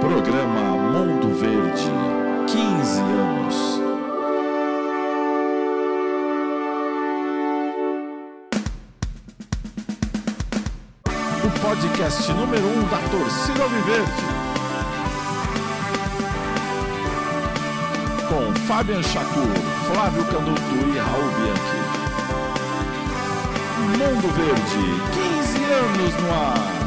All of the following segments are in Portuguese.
Programa Mundo Verde, 15 anos. O podcast número 1 da torcida alviverde. Com Fabian Chacur, Flávio Canuto e Raul Bianchi. Mundo Verde, 15 anos no ar.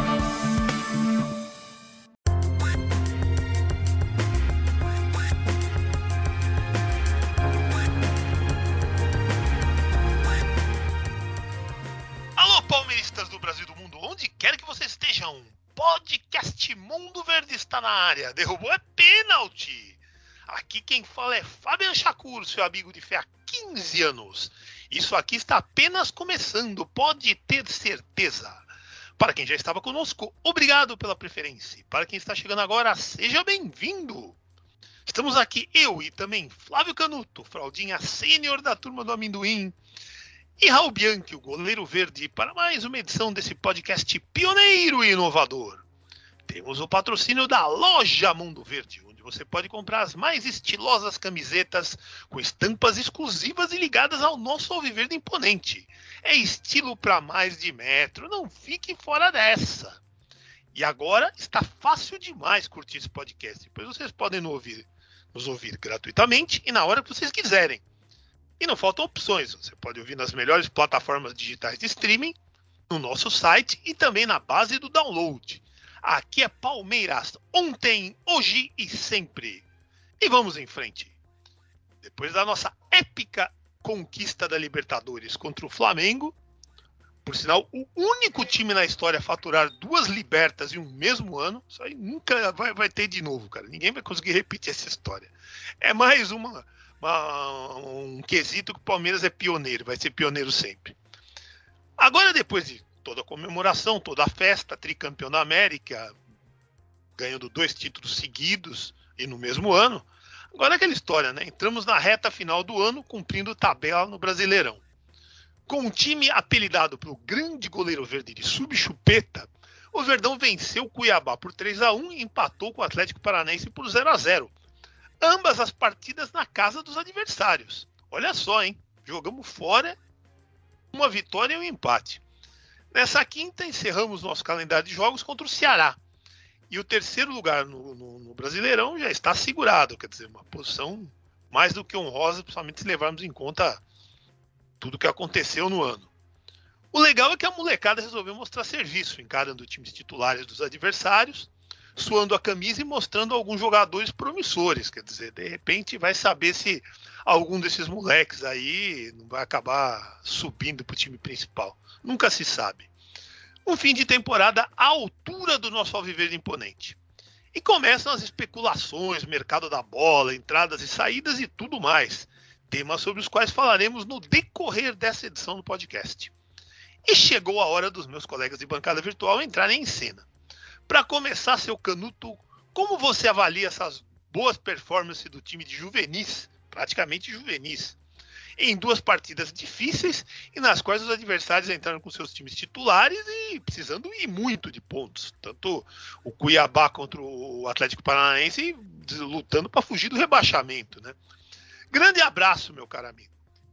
Alô, palmeiristas do Brasil e do mundo, onde quer que vocês estejam, podcast Mundo Verde está na área, derrubou é pênalti. Aqui quem fala é Fabian Chacur, seu amigo de fé há 15 anos. Isso aqui está apenas começando, pode ter certeza. Para quem já estava conosco, obrigado pela preferência. Para quem está chegando agora, seja bem-vindo. Estamos aqui, eu e também Flávio Canuto, fraldinha sênior da turma do amendoim, e Raul Bianchi, o goleiro verde, para mais uma edição desse podcast pioneiro e inovador. Temos o patrocínio da Loja Mundo Verde, onde você pode comprar as mais estilosas camisetas com estampas exclusivas e ligadas ao nosso alviverde imponente. É estilo para mais de metro, não fique fora dessa. E agora está fácil demais curtir esse podcast, pois vocês podem nos ouvir gratuitamente e na hora que vocês quiserem. E não faltam opções, você pode ouvir nas melhores plataformas digitais de streaming, no nosso site e também na base do download. Aqui é Palmeiras, ontem, hoje e sempre. E vamos em frente. Depois da nossa épica conquista da Libertadores contra o Flamengo, por sinal, o único time na história a faturar 2 Libertas em um mesmo ano, isso aí nunca vai ter de novo, cara. Ninguém vai conseguir repetir essa história. É mais um quesito que o Palmeiras é pioneiro, vai ser pioneiro sempre. Agora, depois de toda a comemoração, toda a festa, tricampeão da América, ganhando 2 títulos seguidos e no mesmo ano, agora é aquela história, né? Entramos na reta final do ano, cumprindo tabela no Brasileirão. Com um time apelidado pelo grande goleiro verde de Subchupeta, o Verdão venceu o Cuiabá por 3-1 e empatou com o Atlético Paranaense por 0-0. Ambas as partidas na casa dos adversários. Olha só, hein? Jogamos fora uma vitória e um empate. Nessa quinta, encerramos nosso calendário de jogos contra o Ceará. E o terceiro lugar no Brasileirão já está assegurado. Quer dizer, uma posição mais do que honrosa, principalmente se levarmos em conta tudo o que aconteceu no ano. O legal é que a molecada resolveu mostrar serviço, encarando times titulares dos adversários, suando a camisa e mostrando alguns jogadores promissores. Quer dizer, de repente vai saber se algum desses moleques aí não vai acabar subindo para o time principal. Nunca se sabe. Um fim de temporada à altura do nosso alviverde imponente. E começam as especulações, mercado da bola, entradas e saídas e tudo mais. Temas sobre os quais falaremos no decorrer dessa edição do podcast. E chegou a hora dos meus colegas de bancada virtual entrarem em cena. Para começar, seu Canuto, como você avalia essas boas performances do time de juvenis, praticamente juvenis, em 2 partidas difíceis e nas quais os adversários entraram com seus times titulares e precisando ir muito de pontos. Tanto o Cuiabá contra o Atlético Paranaense lutando para fugir do rebaixamento, né? Grande abraço, meu caro amigo.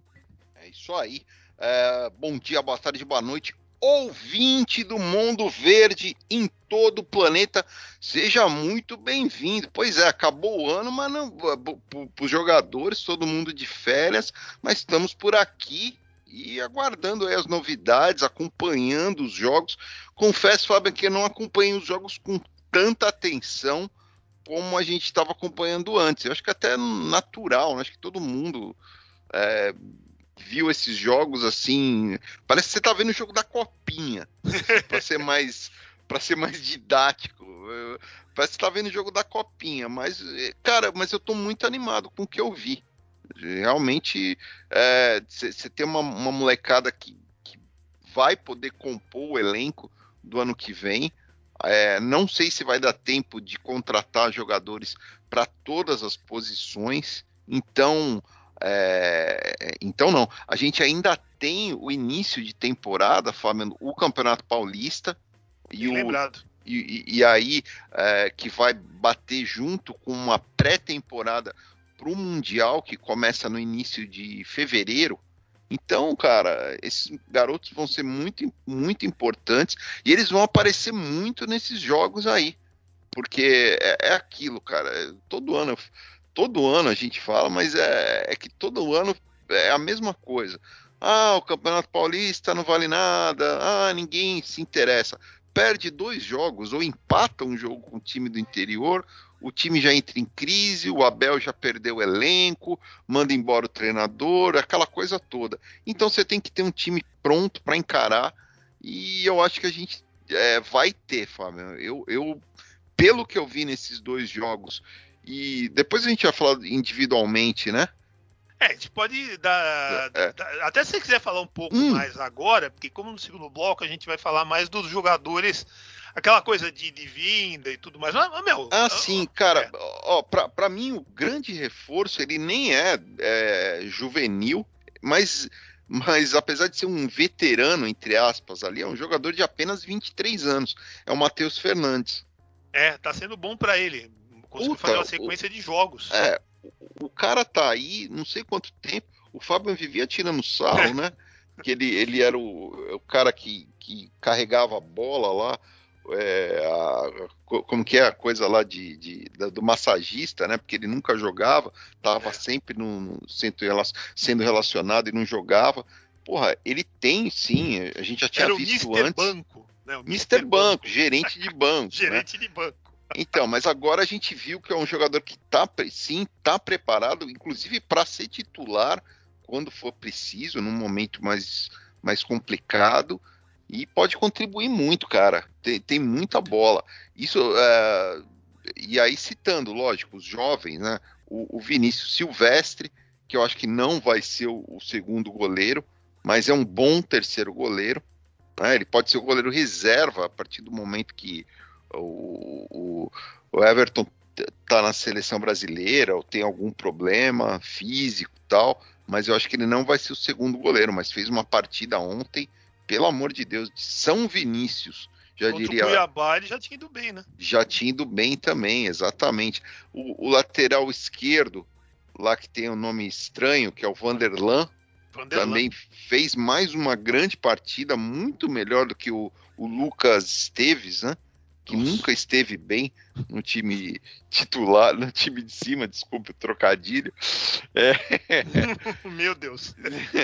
É isso aí. Bom dia, boa tarde, boa noite. Ouvinte do Mundo Verde em todo o planeta, seja muito bem-vindo. Pois é, acabou o ano, mas não para os jogadores, todo mundo de férias, mas estamos por aqui e aguardando aí as novidades, acompanhando os jogos. Confesso, Fábio, que eu não acompanhei os jogos com tanta atenção como a gente estava acompanhando antes. Eu acho que até é natural, né? Acho que todo mundo viu esses jogos assim. Parece que você tá vendo o jogo da Copinha, para ser mais didático. Parece que você tá vendo o jogo da Copinha, mas, cara, eu tô muito animado com o que eu vi. Realmente, você tem uma molecada que vai poder compor o elenco do ano que vem. Não sei se vai dar tempo de contratar jogadores para todas as posições. Então não. A gente ainda tem o início de temporada, Fábio, o Campeonato Paulista e e aí que vai bater junto com uma pré-temporada para o Mundial, que começa no início de fevereiro. Então, cara, esses garotos vão ser muito, muito importantes e eles vão aparecer muito nesses jogos aí, porque é aquilo, cara, todo ano a gente fala, mas é que todo ano é a mesma coisa. O Campeonato Paulista não vale nada, ninguém se interessa. Perde 2 jogos ou empata um jogo com o time do interior, o time já entra em crise, o Abel já perdeu o elenco, manda embora o treinador, aquela coisa toda. Então você tem que ter um time pronto para encarar, e eu acho que a gente vai ter, Fábio. Eu, pelo que eu vi nesses 2 jogos, e depois a gente vai falar individualmente, né? A gente pode dar. Até se você quiser falar um pouco mais agora, porque como no segundo bloco a gente vai falar mais dos jogadores, aquela coisa de vinda e tudo mais. Mas, meu. Sim, cara. Pra mim, o grande reforço, ele nem é juvenil, mas apesar de ser um veterano, entre aspas, ali, é um jogador de apenas 23 anos. É o Matheus Fernandes. Tá sendo bom pra ele. Conseguiu fazer uma sequência de jogos. O cara tá aí, não sei quanto tempo. O Fábio vivia tirando sarro, né? Que ele era o cara que carregava a bola lá. Como que é a coisa lá do massagista, né? Porque ele nunca jogava, tava sempre sendo relacionado e não jogava. Porra, ele tem sim, a gente já tinha visto antes. Banco, né? O Mr. Banco, gerente de banco. Gerente de banco. Então, mas agora a gente viu que é um jogador que tá preparado, inclusive para ser titular quando for preciso, num momento mais complicado, e pode contribuir muito, cara. Tem muita bola. Isso, e aí citando, lógico, os jovens, né? O Vinícius Silvestre, que eu acho que não vai ser o segundo goleiro, mas é um bom terceiro goleiro, né? Ele pode ser o goleiro reserva a partir do momento que o Everton tá na seleção brasileira ou tem algum problema físico e tal, mas eu acho que ele não vai ser o segundo goleiro, mas fez uma partida ontem, pelo amor de Deus, de São Vinícius, já contra diria. O Cuiabá ele já tinha ido bem, né? Já tinha ido bem também, exatamente. O lateral esquerdo, lá que tem um nome estranho, que é o Vanderlan, também fez mais uma grande partida, muito melhor do que o Lucas Esteves, né? Que nunca esteve bem no time titular, no time de cima, desculpa o trocadilho. Meu Deus.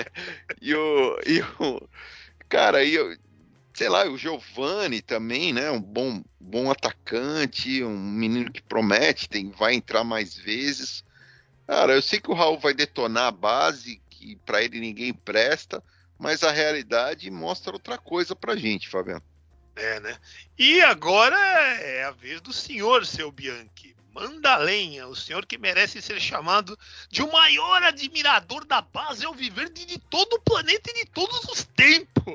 Cara, sei lá, o Giovani também, né? Um bom atacante, um menino que promete, vai entrar mais vezes. Cara, eu sei que o Raul vai detonar a base, que pra ele ninguém presta, mas a realidade mostra outra coisa pra gente, Fabiano. Né? E agora é a vez do senhor, seu Bianchi. Manda lenha, o senhor que merece ser chamado de o maior admirador da base alviverde de todo o planeta e de todos os tempos.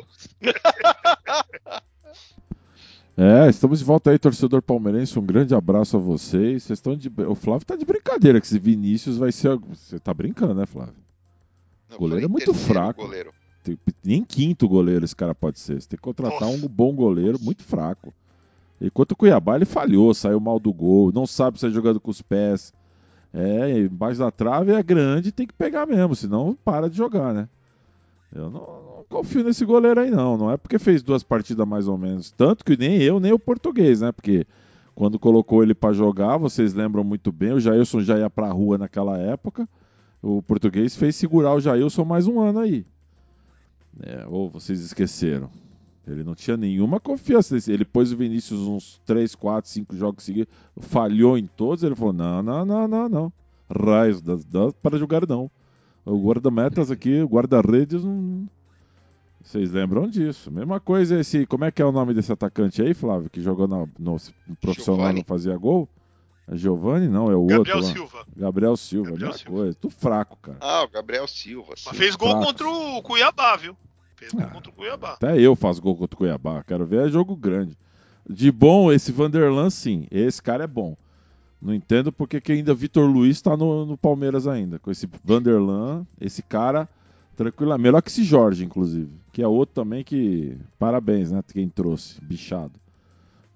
Estamos de volta aí, torcedor palmeirense. Um grande abraço a vocês. O Flávio tá de brincadeira, que esse Vinícius vai ser. Você tá brincando, né, Flávio? O goleiro é muito fraco. Goleiro. Nem quinto goleiro esse cara pode ser. Você tem que contratar um bom goleiro, muito fraco. Enquanto o Cuiabá ele falhou, saiu mal do gol, não sabe sair jogando com os pés. Embaixo da trave é grande, tem que pegar mesmo, senão para de jogar, né? Eu não confio nesse goleiro aí não é porque fez 2 partidas mais ou menos. Tanto que nem eu, nem o português, né? Porque quando colocou ele pra jogar, vocês lembram muito bem, o Jailson já ia pra rua naquela época. O português fez segurar o Jailson mais um ano aí. Ou vocês esqueceram. Ele não tinha nenhuma confiança. Ele pôs o Vinícius uns 3, 4, 5 jogos seguidos, falhou em todos. Ele falou: não. Raios, dá para jogar não. O guarda-metas aqui, o guarda-redes, não. Vocês lembram disso? Mesma coisa como é que é o nome desse atacante aí, Flávio, que jogou no profissional e não fazia gol? É Giovani? Não, é o outro lá. Gabriel Silva, mesma coisa. Tudo fraco, cara. O Gabriel Silva. Sim. Mas fez gol contra o Cuiabá, viu? Contra o Cuiabá. Até eu faço gol contra o Cuiabá. Quero ver jogo grande. De bom, esse Vanderlan, sim. Esse cara é bom. Não entendo porque que ainda Vitor Luiz tá no Palmeiras ainda. Com esse Vanderlan, esse cara, tranquilo. Melhor que esse Jorge, inclusive. Que é outro também que... Parabéns, né? Quem trouxe. Bichado.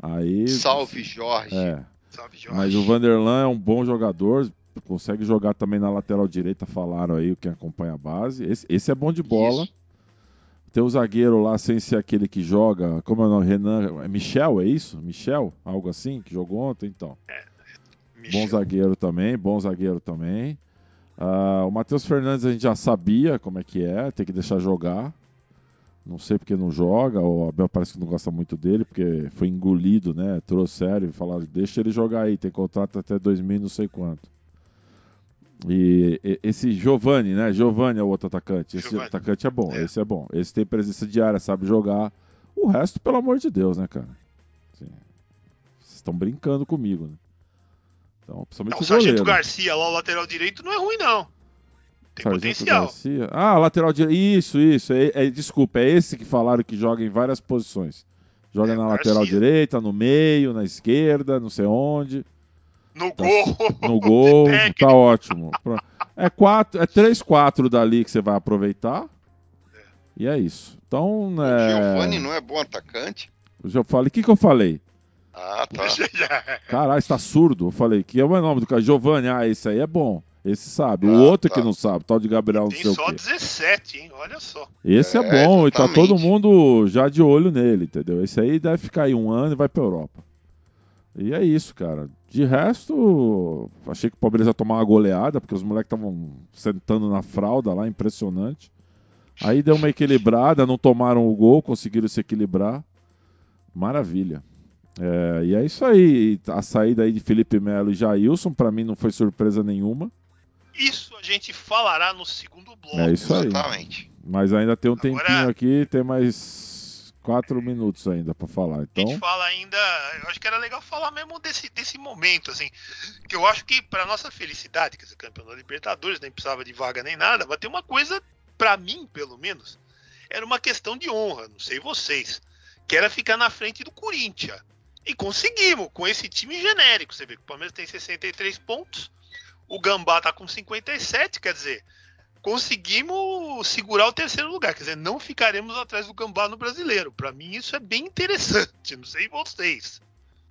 Aí, Salve, Jorge. Salve, Jorge. Mas o Vanderlan é um bom jogador, consegue jogar também na lateral direita, falaram aí quem acompanha a base. Esse é bom de bola. Isso. Tem o zagueiro lá, sem ser aquele que joga, como é o nome? Renan, Michel, é isso? Michel? Algo assim, que jogou ontem, então. Michel. Bom zagueiro também. O Matheus Fernandes a gente já sabia como é que é, tem que deixar jogar. Não sei porque não joga, o Abel parece que não gosta muito dele, porque foi engolido, né? Trouxe sério e falaram, deixa ele jogar aí, tem contrato até 2000 não sei quanto. E esse Giovani, né? Giovani é o outro atacante. Esse atacante é bom, esse é bom. Esse tem presença de área, sabe jogar. O resto, pelo amor de Deus, né, cara? Assim, vocês estão brincando comigo, né? Então, principalmente o Sargento Garcia lá, o lateral direito, não é ruim, não. Tem Sargento potencial. Garcia. Lateral direito. Isso. Desculpa, é esse que falaram que joga em várias posições. Joga na lateral direita, no meio, na esquerda, não sei onde. No gol, tá ótimo. É 3-4 dali que você vai aproveitar. E é isso. Então, O Giovani não é bom atacante? Eu falei, o que eu falei? Ah, tá. Caralho, você tá surdo. Eu falei, que é o nome do cara? Giovani, esse aí é bom. Esse sabe. O outro que não sabe, tal de Gabriel não sei o quê. Tem só 17, hein? Olha só. Esse é bom exatamente. E tá todo mundo já de olho nele, entendeu? Esse aí deve ficar aí 1 ano e vai pra Europa. E é isso, cara. De resto, achei que o Palmeiras ia tomar uma goleada, porque os moleques estavam sentando na fralda lá, impressionante. Aí deu uma equilibrada, não tomaram o gol, conseguiram se equilibrar. Maravilha. E é isso aí. A saída aí de Felipe Melo e Jailson, pra mim não foi surpresa nenhuma. Isso a gente falará no segundo bloco. É isso aí. Exatamente. Mas ainda tem um tempinho aqui, tem mais 4 minutos ainda pra falar. Então... A gente fala ainda, eu acho que era legal falar mesmo desse momento, assim, que eu acho que pra nossa felicidade, que esse campeão da Libertadores, nem precisava de vaga nem nada, mas tem uma coisa, pra mim, pelo menos, era uma questão de honra, não sei vocês, que era ficar na frente do Corinthians. E conseguimos, com esse time genérico. Você vê que o Palmeiras tem 63 pontos, o Gambá tá com 57, quer dizer, conseguimos segurar o 3º lugar, quer dizer, não ficaremos atrás do Gambá no Brasileiro. Pra mim isso é bem interessante, não sei vocês.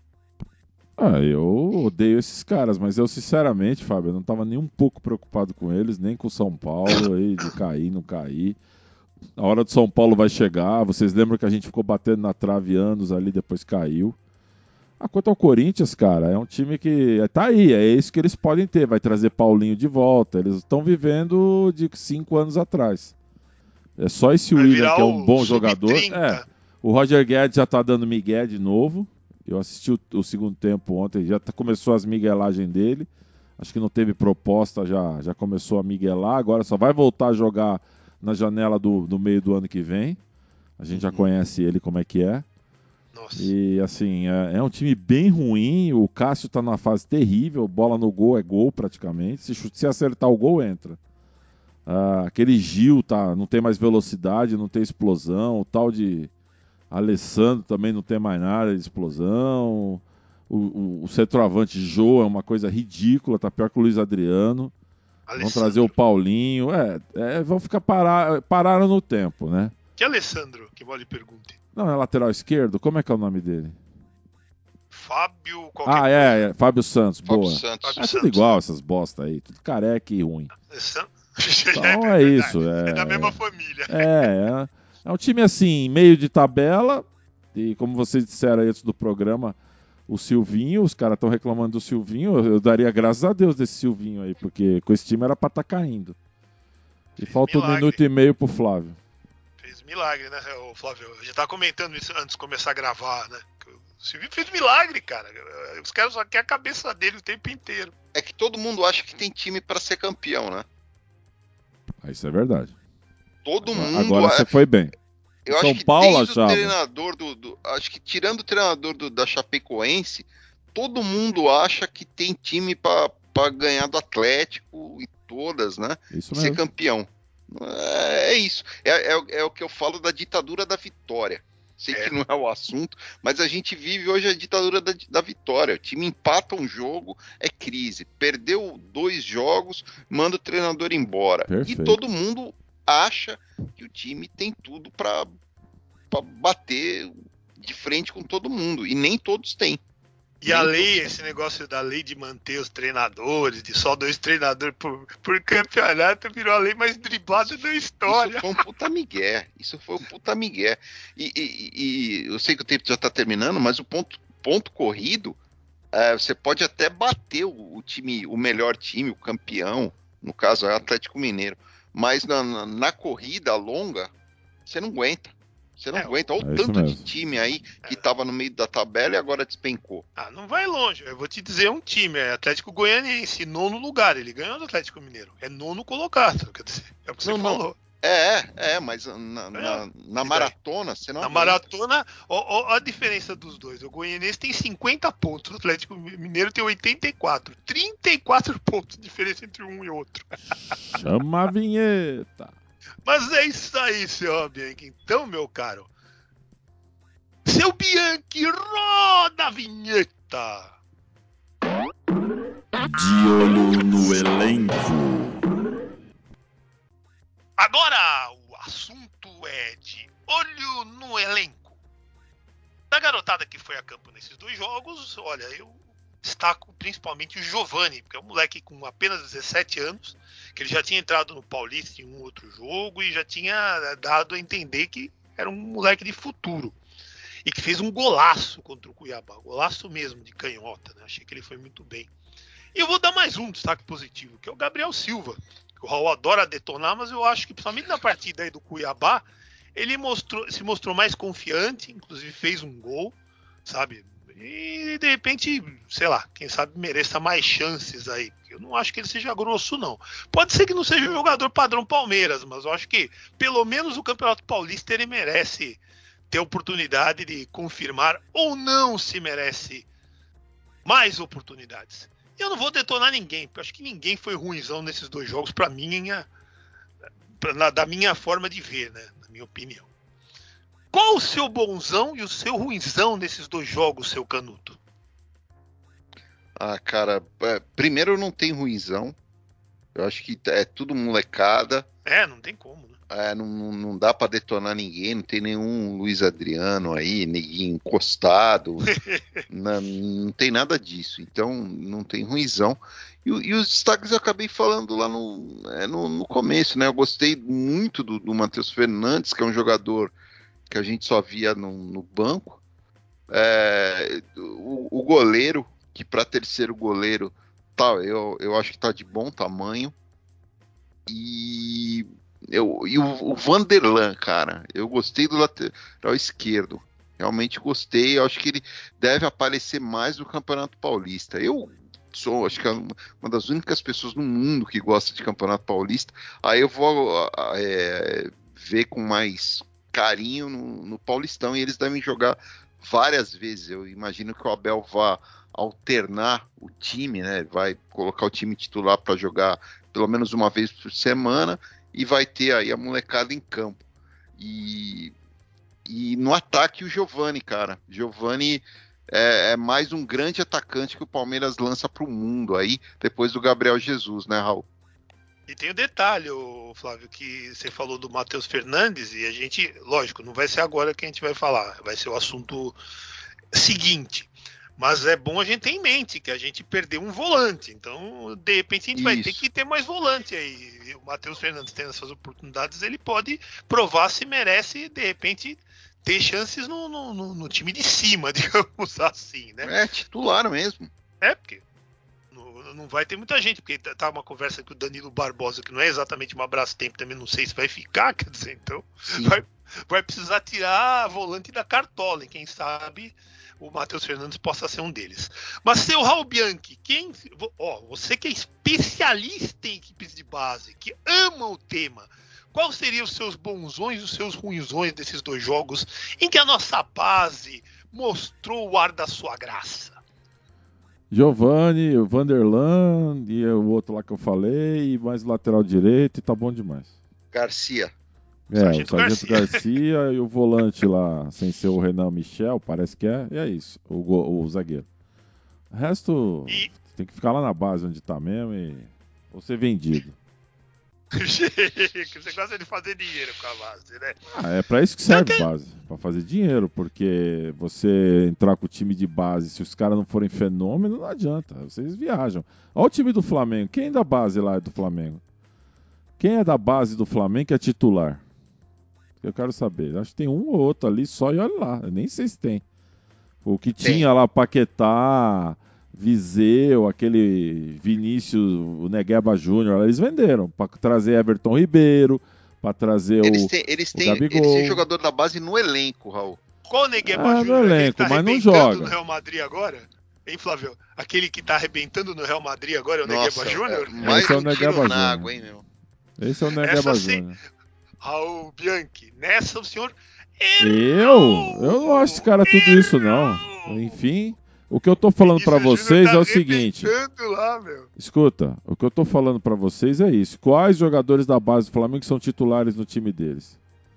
Eu odeio esses caras, mas eu sinceramente, Fábio, eu não tava nem um pouco preocupado com eles, nem com o São Paulo, aí, de cair, não cair. A hora do São Paulo vai chegar, vocês lembram que a gente ficou batendo na trave anos ali, depois caiu. Quanto ao Corinthians, cara, é um time que tá aí, é isso que eles podem ter, vai trazer Paulinho de volta, eles estão vivendo de 5 anos atrás. É só esse William, que é um bom jogador. O Roger Guedes já tá dando migué de novo, eu assisti o segundo tempo ontem, já começou as miguelagens dele, acho que não teve proposta, já começou a miguelar, agora só vai voltar a jogar na janela do meio do ano que vem, a gente já conhece ele como é que é. Nossa. E assim, é um time bem ruim, o Cássio tá numa fase terrível, bola no gol é gol praticamente, se acertar o gol entra. Aquele Gil não tem mais velocidade, não tem explosão, o tal de Alessandro também não tem mais nada de explosão, o centroavante Jô é uma coisa ridícula, tá pior que o Luiz Adriano. Vão trazer o Paulinho, vão ficar pararam no tempo, né? Que Alessandro, que vale pergunte. Não, é lateral esquerdo? Como é que é o nome dele? Fábio... Fábio Santos, Fábio boa. Santos. Tudo igual essas bosta aí, tudo careca e ruim. Então é isso. É da mesma família. É um time assim, meio de tabela, e como vocês disseram aí antes do programa, o Silvinho, os caras estão reclamando do Silvinho, eu daria graças a Deus desse Silvinho aí, porque com esse time era pra estar caindo. E falta 1 minuto e meio pro Flávio. Fez milagre, né, o Flávio? A gente tava comentando isso antes de começar a gravar, né? O Silvinho fez milagre, cara. Os caras só querem a cabeça dele o tempo inteiro. É que todo mundo acha que tem time pra ser campeão, né? Isso é verdade. Todo mundo. Agora você foi bem. Eu São acho que Paulo desde achava. o treinador acho que tirando o treinador da Chapecoense, todo mundo acha que tem time pra ganhar do Atlético e todas, né? Isso mesmo. Ser campeão. É isso. É o que eu falo da ditadura da vitória. Sei que não é o assunto, mas a gente vive hoje a ditadura da vitória. O time empata um jogo, é crise. Perdeu 2 jogos, manda o treinador embora. Perfeito. E todo mundo acha que o time tem tudo para bater de frente com todo mundo, e nem todos têm. E a lei, esse negócio da lei de manter os treinadores, de só 2 treinadores por campeonato, virou a lei mais driblada da história. Isso foi um puta migué. E eu sei que o tempo já tá terminando, mas o ponto corrido, você pode até bater o time, o melhor time, o campeão, no caso é o Atlético Mineiro, mas na corrida longa, você não aguenta. Você não aguenta. Olha o tanto de time aí que tava no meio da tabela e agora despencou. Não vai longe. Eu vou te dizer um time, é Atlético Goianiense, 9º lugar. Ele ganhou do Atlético Mineiro. É 9º colocado, quer dizer, é o que você falou. Mas na maratona, você não Na maratona, ó a diferença dos dois. O Goianiense tem 50 pontos, o Atlético Mineiro tem 84. 34 pontos de diferença entre um e outro. Chama a vinheta. Mas é isso aí, seu Bianchi. Então, meu caro, seu Bianchi, roda a vinheta. De olho no elenco. Agora, o assunto é de olho no elenco. Da garotada que foi a campo nesses 2 jogos, olha, eu destaco principalmente o Giovani, porque é um moleque com apenas 17 anos, que ele já tinha entrado no Paulista em um outro jogo e já tinha dado a entender que era um moleque de futuro. E que fez um golaço contra o Cuiabá, golaço mesmo, de canhota, né? Achei que ele foi muito bem. E eu vou dar mais um destaque positivo, que é o Gabriel Silva. O Raul adora detonar, mas eu acho que, principalmente na partida aí do Cuiabá, ele se mostrou mais confiante, inclusive fez um gol, sabe? E de repente, sei lá, quem sabe mereça mais chances aí. Eu não acho que ele seja grosso, não. Pode ser que não seja um jogador padrão Palmeiras, mas eu acho que pelo menos o Campeonato Paulista ele merece ter oportunidade de confirmar ou não se merece mais oportunidades. E eu não vou detonar ninguém, porque eu acho que ninguém foi ruinzão nesses 2 jogos, da minha forma de ver, né? Na minha opinião. Qual o seu bonzão e o seu ruinzão nesses 2 jogos, seu Canuto? Cara, primeiro não tem ruinzão. Eu acho que é tudo molecada. Não tem como, né? Não dá pra detonar ninguém, não tem nenhum Luiz Adriano aí, ninguém encostado. não tem nada disso. Então não tem ruinzão. E os destaques eu acabei falando lá no começo, né? Eu gostei muito do Matheus Fernandes, que é um jogador que a gente só via no banco. O goleiro, que para terceiro goleiro eu acho que tá de bom tamanho. E o Vanderlan, cara, eu gostei do lateral esquerdo. Realmente gostei. Eu acho que ele deve aparecer mais no Campeonato Paulista. Acho que é uma das únicas pessoas no mundo que gosta de Campeonato Paulista. Aí eu vou ver com mais carinho no Paulistão, e eles devem jogar várias vezes. Eu imagino que o Abel vá alternar o time, né? Vai colocar o time titular para jogar pelo menos uma vez por semana e vai ter aí a molecada em campo. E no ataque o Giovani, cara. Giovani é mais um grande atacante que o Palmeiras lança para o mundo aí, depois do Gabriel Jesus, né, Raul? E tem o detalhe, Flávio, que você falou do Matheus Fernandes, e a gente, lógico, não vai ser agora que a gente vai falar, vai ser o assunto seguinte. Mas é bom a gente ter em mente que a gente perdeu um volante. Então, de repente, a gente vai ter que ter mais volante aí. E o Matheus Fernandes tendo essas oportunidades, ele pode provar se merece, de repente, ter chances no time de cima, digamos assim, né? Titular mesmo. Porque não vai ter muita gente, porque tá uma conversa com o Danilo Barbosa, que não é exatamente uma Brastemp, também não sei se vai ficar, quer dizer, então vai precisar tirar a volante da cartola, e quem sabe o Matheus Fernandes possa ser um deles. Mas, seu Raul Bianchi, você que é especialista em equipes de base, que ama o tema, quais seriam os seus bonzões e os seus ruinzões desses 2 jogos em que a nossa base mostrou o ar da sua graça? Giovani, o Vanderlan e o outro lá que eu falei, e mais lateral direito, e tá bom demais. Garcia. O Sargento Garcia e o volante lá, sem ser o Renan Michel, parece que é, e é isso, o zagueiro. O resto tem que ficar lá na base onde tá mesmo ou ser vendido. Você gosta de fazer dinheiro com a base, né? É pra isso que serve base, pra fazer dinheiro, porque você entrar com o time de base, se os caras não forem fenômeno, não adianta, vocês viajam. Olha o time do Flamengo, quem é da base lá do Flamengo? Quem é da base do Flamengo que é titular? Eu quero saber, acho que tem um ou outro ali só e olha lá, eu nem sei se tem. O que tinha lá, Paquetá, Viseu, aquele Vinícius, o Negueba Júnior, eles venderam para trazer Everton Ribeiro, para trazer eles têm jogador da base no elenco, Raul. Qual o Negueba Júnior? No elenco, mas não joga. No Real Madrid agora? Hein, Flávio? Aquele que tá arrebentando no Real Madrid agora é o Negueba Júnior? Esse é o Negueba na água, hein, meu? Esse é o Negueba Júnior. Raul Bianchi, nessa o senhor... Eu não acho esse cara tudo isso, não. Enfim, o que eu tô falando pra vocês é o seguinte. Lá, escuta, o que eu tô falando pra vocês é isso. Quais jogadores da base do Flamengo são titulares no time deles?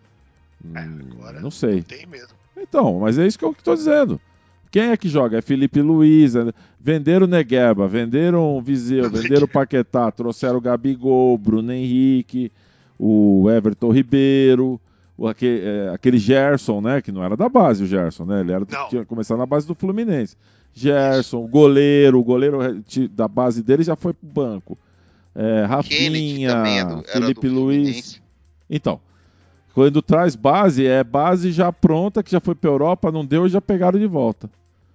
Agora não sei. Não tem mesmo. Então, mas é isso que eu tô dizendo. Quem é que joga? É Felipe Luiz, venderam o Negueba, venderam o Viseu, venderam o Paquetá, trouxeram o Gabigol, Bruno Henrique, o Everton Ribeiro, aquele Gerson, né? Que não era da base, o Gerson, né? Ele tinha começado na base do Fluminense. Gerson, o goleiro da base dele já foi pro banco. Rafinha, Felipe Luiz. Então, quando traz base, é base já pronta, que já foi pra Europa, não deu e já pegaram de volta.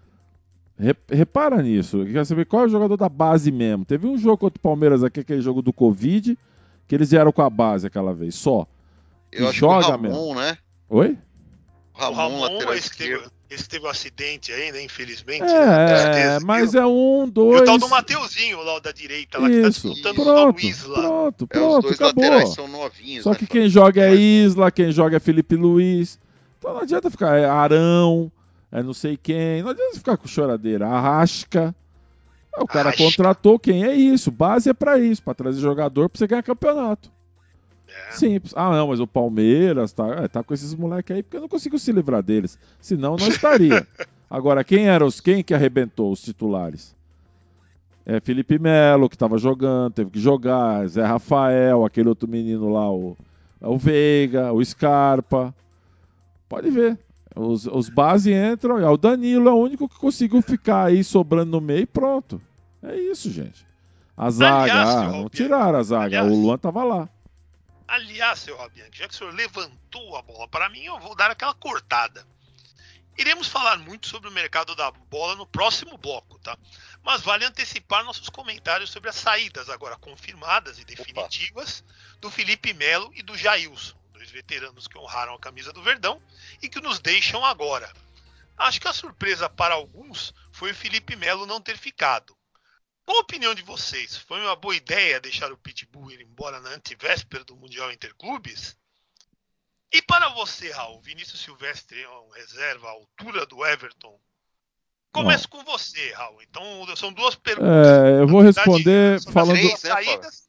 Repara nisso. Quer saber qual é o jogador da base mesmo? Teve um jogo contra o Palmeiras aqui, aquele jogo do Covid, que eles vieram com a base aquela vez, só. Eu acho joga que o Ramon, mesmo. Né? Oi? O Ramon lateral esse teve um acidente aí, né? Infelizmente. Mas é dois... E o tal do Mateuzinho lá da direita, lá que tá disputando o Luiz lá. Pronto, os dois acabou. Laterais são novinhos. Só que quem joga é Isla, quem joga é Felipe Luiz. Então não adianta ficar Arão, não sei quem. Não adianta ficar com choradeira. Arrasca. O cara contratou quem é isso. Base é pra isso, pra trazer jogador pra você ganhar campeonato. Simples. Não, mas o Palmeiras tá com esses moleques aí porque eu não consigo se livrar deles. Senão não estaria. Agora, quem que arrebentou os titulares? Felipe Melo, que tava jogando, teve que jogar. Zé Rafael, aquele outro menino lá, o Veiga, o Scarpa. Pode ver. Os base entram. O Danilo é o único que conseguiu ficar aí sobrando no meio e pronto. É isso, gente. A zaga, não tiraram a zaga. O Luan tava lá. Aliás, seu Robianchi, já que o senhor levantou a bola para mim, eu vou dar aquela cortada. Iremos falar muito sobre o mercado da bola no próximo bloco, tá? Mas vale antecipar nossos comentários sobre as saídas agora confirmadas e definitivas do Felipe Melo e do Jailson, dois veteranos que honraram a camisa do Verdão e que nos deixam agora. Acho que a surpresa para alguns foi o Felipe Melo não ter ficado. Qual a opinião de vocês? Foi uma boa ideia deixar o Pitbull ir embora na antivéspera do Mundial Interclubes? E para você, Raul, Vinícius Silvestre é um reserva à altura do Everton? Começo com você, Raul. Então, são duas perguntas. Eu vou responder falando... Três saídas.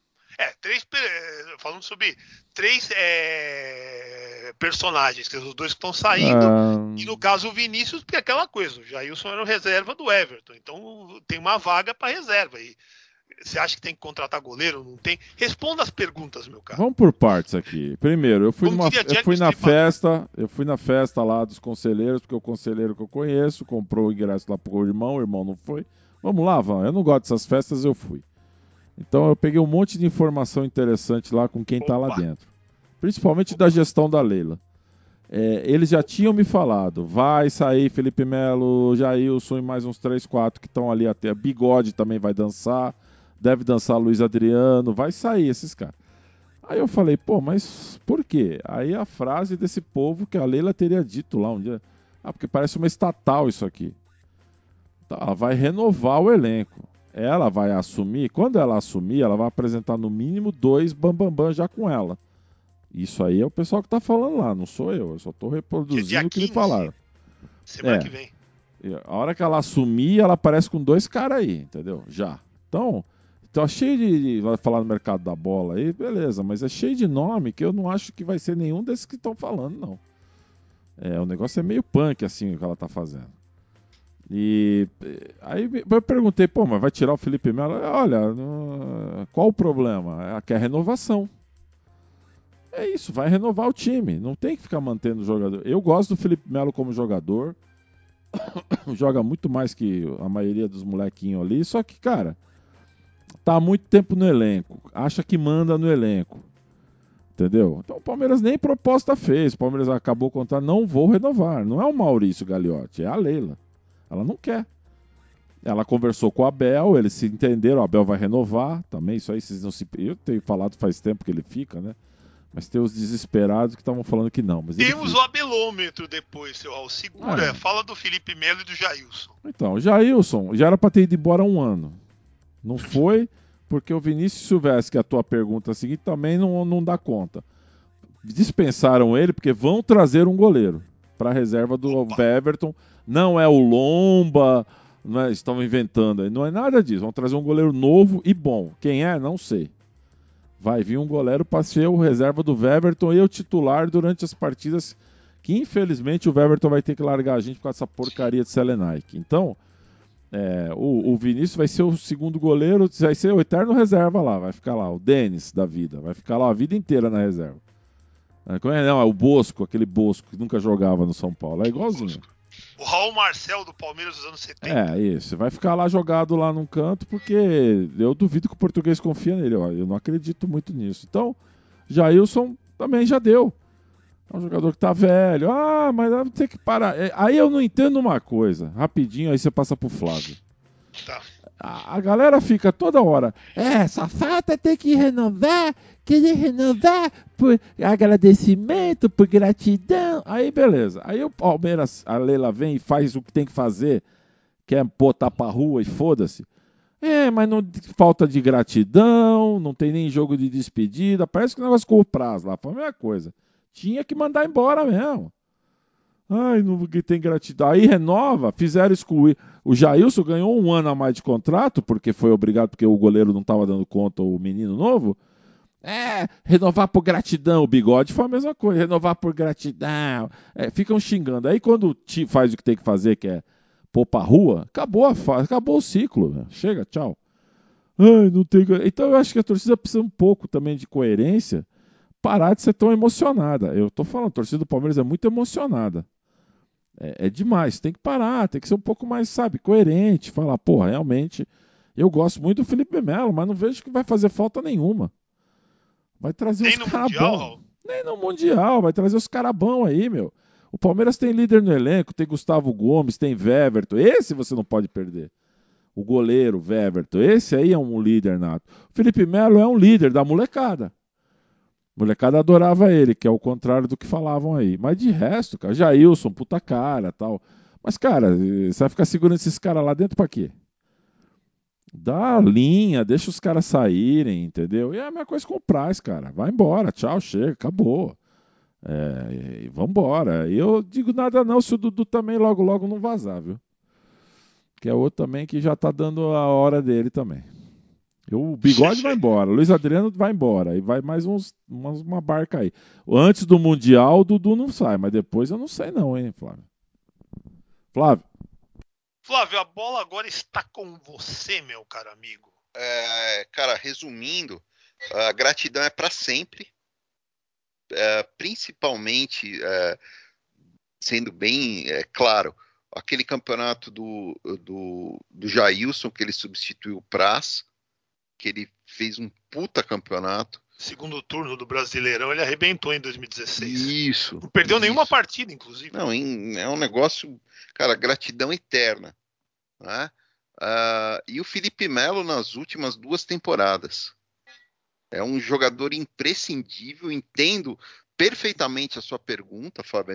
Falando sobre três personagens, que são os dois que estão saindo, e no caso o Vinícius, porque é aquela coisa, o Jailson era o reserva do Everton, então tem uma vaga para reserva, e você acha que tem que contratar goleiro, não tem? Responda as perguntas, meu cara. Vamos por partes aqui. Primeiro, eu fui na festa lá dos conselheiros, porque o conselheiro que eu conheço comprou o ingresso lá pro o irmão não foi. Vamos lá, Van, eu não gosto dessas festas, eu fui. Então eu peguei um monte de informação interessante lá com quem está lá dentro. Principalmente da gestão da Leila. Eles já tinham me falado, vai sair Felipe Melo, Jailson e mais uns 3, 4 que estão ali até. Bigode também vai dançar, deve dançar Luiz Adriano, vai sair esses caras. Aí eu falei, mas por quê? Aí a frase desse povo que a Leila teria dito lá um dia, porque parece uma estatal isso aqui. Ela vai renovar o elenco. Ela vai assumir, quando ela assumir, ela vai apresentar no mínimo 2 bambambam já com ela. Isso aí é o pessoal que tá falando lá, não sou eu só tô reproduzindo o que me falaram. Semana que vem. A hora que ela assumir, ela aparece com 2 caras aí, entendeu? Já. Então cheio de... Vai falar no mercado da bola aí, beleza, mas é cheio de nome que eu não acho que vai ser nenhum desses que estão falando, não. O negócio é meio punk, assim, o que ela tá fazendo. E aí eu perguntei, mas vai tirar o Felipe Melo? Olha, qual o problema? É a renovação. É isso, vai renovar o time. Não tem que ficar mantendo o jogador. Eu gosto do Felipe Melo como jogador. Joga muito mais que a maioria dos molequinhos ali. Só que, cara, tá há muito tempo no elenco. Acha que manda no elenco. Entendeu? Então o Palmeiras nem proposta fez. O Palmeiras acabou o contrato. Não vou renovar. Não é o Maurício Gagliotti, é a Leila. Ela não quer. Ela conversou com o Abel, eles se entenderam. O Abel vai renovar também. Isso aí vocês não se. Eu tenho falado faz tempo que ele fica, né? Mas tem os desesperados que estavam falando que não. Mas temos o abelômetro depois, seu Raul. Segura, fala do Felipe Melo e do Jailson. Então, o Jailson já era para ter ido embora há um ano. Não foi, porque o Vinícius Silvestre, que é a tua pergunta seguinte, também não dá conta. Dispensaram ele porque vão trazer um goleiro para a reserva do Everton. Não é o Lomba, não é, estão inventando aí. Não é nada disso. Vão trazer um goleiro novo e bom. Quem é? Não sei. Vai vir um goleiro para ser o reserva do Everton e o titular durante as partidas que, infelizmente, o Everton vai ter que largar a gente por causa dessa porcaria de Selenaik. Então, o Vinícius vai ser o segundo goleiro, vai ser o eterno reserva lá, vai ficar lá, o Denis da vida, vai ficar lá a vida inteira na reserva. Não, é o Bosco, aquele Bosco que nunca jogava no São Paulo, é igualzinho. O Raul Marcel do Palmeiras dos anos 70. Isso. Vai ficar lá jogado lá num canto porque eu duvido que o português confia nele. Ó, eu não acredito muito nisso. Então, Jailson também já deu. É um jogador que tá velho. Mas tem que parar. Aí eu não entendo uma coisa. Rapidinho, aí você passa pro Flávio. Tá. A galera fica toda hora. Só falta ter que renovar. Querer renovar por agradecimento, por gratidão. Aí beleza. Aí o Palmeiras, a Leila vem e faz o que tem que fazer. Quer botar pra rua e foda-se. Mas não falta de gratidão, não tem nem jogo de despedida. Parece que o negócio ficou o prazo lá. Foi a mesma coisa. Tinha que mandar embora mesmo. Não tem gratidão. Aí renova, fizeram isso com o Jailson, ganhou um ano a mais de contrato, porque foi obrigado, porque o goleiro não estava dando conta, o menino novo. Renovar por gratidão. O Bigode foi a mesma coisa, renovar por gratidão. Ficam xingando. Aí quando faz o que tem que fazer, que é pôr pra rua, acabou o ciclo. Né? Chega, tchau. Não tem... Então eu acho que a torcida precisa um pouco também de coerência, parar de ser tão emocionada. Eu tô falando, a torcida do Palmeiras é muito emocionada. É demais, tem que parar, tem que ser um pouco mais, coerente. Falar, porra, realmente, eu gosto muito do Felipe Melo, mas não vejo que vai fazer falta nenhuma. Vai trazer os caras bons. Nem no Mundial, vai trazer os caras bons aí, meu. O Palmeiras tem líder no elenco, tem Gustavo Gomes, tem Weverton. Esse você não pode perder. O goleiro, Weverton, esse aí é um líder nato. O Felipe Melo é um líder da molecada. A molecada adorava ele, que é o contrário do que falavam aí. Mas de resto, cara, Jailson, puta cara, tal. Mas, cara, você vai ficar segurando esses caras lá dentro pra quê? Dá a linha, deixa os caras saírem, entendeu? E é a mesma coisa com o Praz, cara. Vai embora, tchau, chega, acabou. Vambora. E eu digo nada não se o Dudu também logo não vazar, viu? Que é outro também que já tá dando a hora dele também. O Bigode vai embora, o Luiz Adriano vai embora, e vai mais uma barca aí. Antes do Mundial, o Dudu não sai, mas depois eu não sei não, hein, Flávio? Flávio, a bola agora está com você, meu caro amigo. Cara, resumindo, a gratidão é para sempre, principalmente, sendo bem claro, aquele campeonato do Jailson, que ele substituiu o Praz, que ele fez um puta campeonato. Segundo turno do Brasileirão, ele arrebentou em 2016. Isso. Não perdeu nenhuma partida, inclusive. Não, é um negócio, cara, gratidão eterna. Né? E o Felipe Melo nas últimas 2 temporadas. É um jogador imprescindível. Entendo perfeitamente a sua pergunta, Fábio,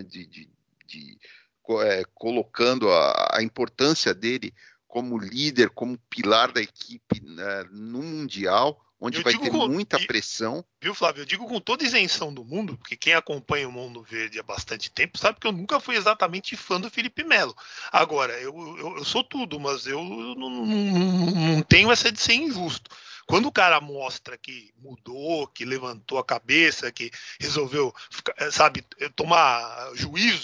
colocando a importância dele como líder, como pilar da equipe no Mundial, onde vai ter muita pressão. Viu, Flávio? Eu digo com toda isenção do mundo, porque quem acompanha o Mundo Verde há bastante tempo sabe que eu nunca fui exatamente fã do Felipe Melo. Agora, eu sou tudo, mas eu não tenho essa de ser injusto. Quando o cara mostra que mudou, que levantou a cabeça, que resolveu, tomar juízo,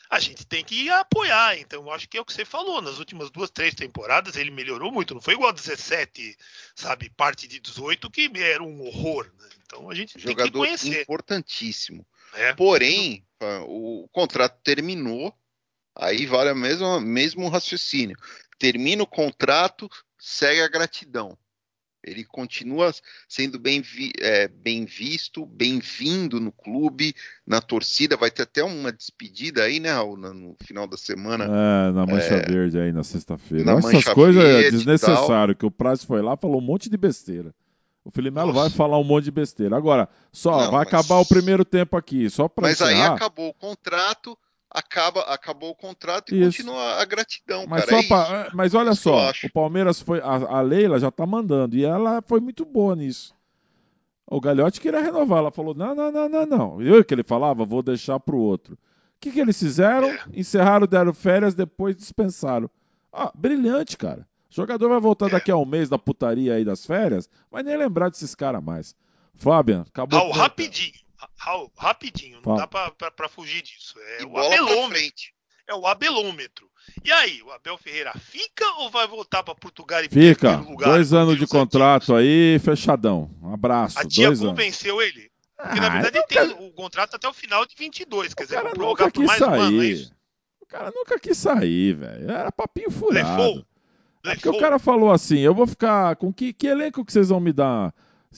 a gente tem que apoiar. Então, eu acho que é o que você falou. Nas últimas 2, 3 temporadas, ele melhorou muito. Não foi igual a 17, sabe? Parte de 18, que era um horror. Né? Então, a gente tem que conhecer. Jogador importantíssimo. Porém, o contrato terminou. Aí vale o mesmo raciocínio. Termina o contrato, segue a gratidão. Ele continua sendo bem visto, bem-vindo no clube, na torcida. Vai ter até uma despedida aí, né, Raul, no final da semana. Na Mancha Verde aí, na sexta-feira. Essas coisas é desnecessário, que o Praz foi lá e falou um monte de besteira. O Felipe Melo vai falar um monte de besteira. Agora, acabar o primeiro tempo aqui, só para encerrar. Mas aí acabou o contrato... Acabou o contrato e continua a gratidão, mas cara. Mas olha só, o Palmeiras foi. A Leila já tá mandando, e ela foi muito boa nisso. O Gagliotti queria renovar, ela falou: não. Eu que ele falava, vou deixar pro outro. O que eles fizeram? Encerraram, deram férias, depois dispensaram. Brilhante, cara. O jogador vai voltar daqui a um mês da putaria aí das férias, vai nem lembrar desses caras mais. Fabian, acabou. Rapidinho, não dá pra fugir disso. É o abelômetro. É o abelômetro. E aí, o Abel Ferreira fica ou vai voltar pra Portugal e fica? Lugar, 2 anos de contrato aí, fechadão. Um abraço. A tia convenceu ele? Porque na verdade ele tem o contrato até o final de 22. Quer dizer, prorrogar por mais um ano, é isso? O cara nunca quis sair, velho. Era papinho furado. Porque o cara falou assim: eu vou ficar com que elenco que vocês vão me dar?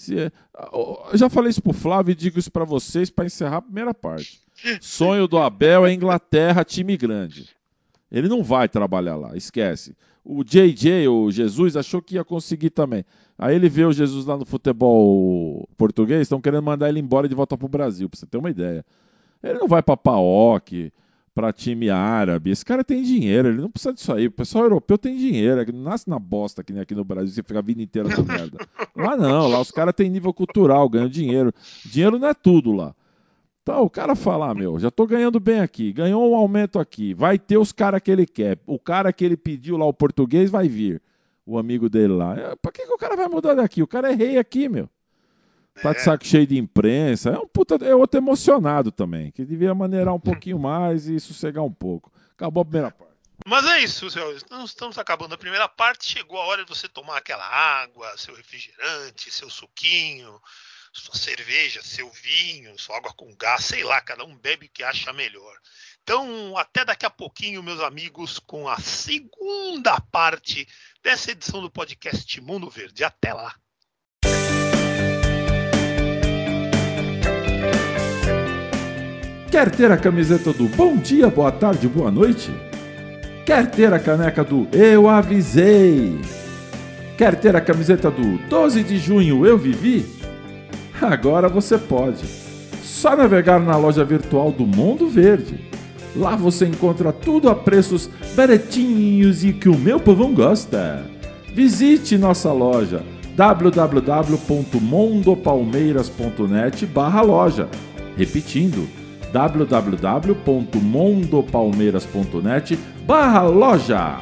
Eu já falei isso pro Flávio e digo isso pra vocês pra encerrar a primeira parte. Sonho do Abel é Inglaterra, time grande. Ele não vai trabalhar lá, esquece. O Jesus, achou que ia conseguir também. Aí ele vê o Jesus lá no futebol português, estão querendo mandar ele embora de volta pro Brasil, pra você ter uma ideia. Ele não vai pra PAOK, pra time árabe. Esse cara tem dinheiro, ele não precisa disso aí. O pessoal europeu tem dinheiro, ele não nasce na bosta que nem aqui no Brasil, você fica a vida inteira com merda. Lá não, lá os caras têm nível cultural, ganham dinheiro. Dinheiro não é tudo lá. Então o cara fala: já tô ganhando bem aqui, ganhou um aumento aqui, vai ter os caras que ele quer. O cara que ele pediu lá, o português, vai vir. O amigo dele lá. Pra que o cara vai mudar daqui? O cara é rei aqui, meu. Tá de saco cheio de imprensa. É outro emocionado também, que devia maneirar um pouquinho mais e sossegar um pouco. Acabou a primeira parte. Mas é isso, senhores. Nós estamos acabando a primeira parte. Chegou a hora de você tomar aquela água, seu refrigerante, seu suquinho, sua cerveja, seu vinho, sua água com gás, sei lá, cada um bebe o que acha melhor. Então, até daqui a pouquinho, meus amigos, com a segunda parte dessa edição do podcast Mundo Verde. Até lá. Quer ter a camiseta do Bom Dia, Boa Tarde, Boa Noite? Quer ter a caneca do Eu Avisei? Quer ter a camiseta do 12 de junho Eu Vivi? Agora você pode. Só navegar na loja virtual do Mundo Verde. Lá você encontra tudo a preços baratinhos e que o meu povão gosta. Visite nossa loja www.mondopalmeiras.net/loja. Repetindo, www.mondopalmeiras.net/loja.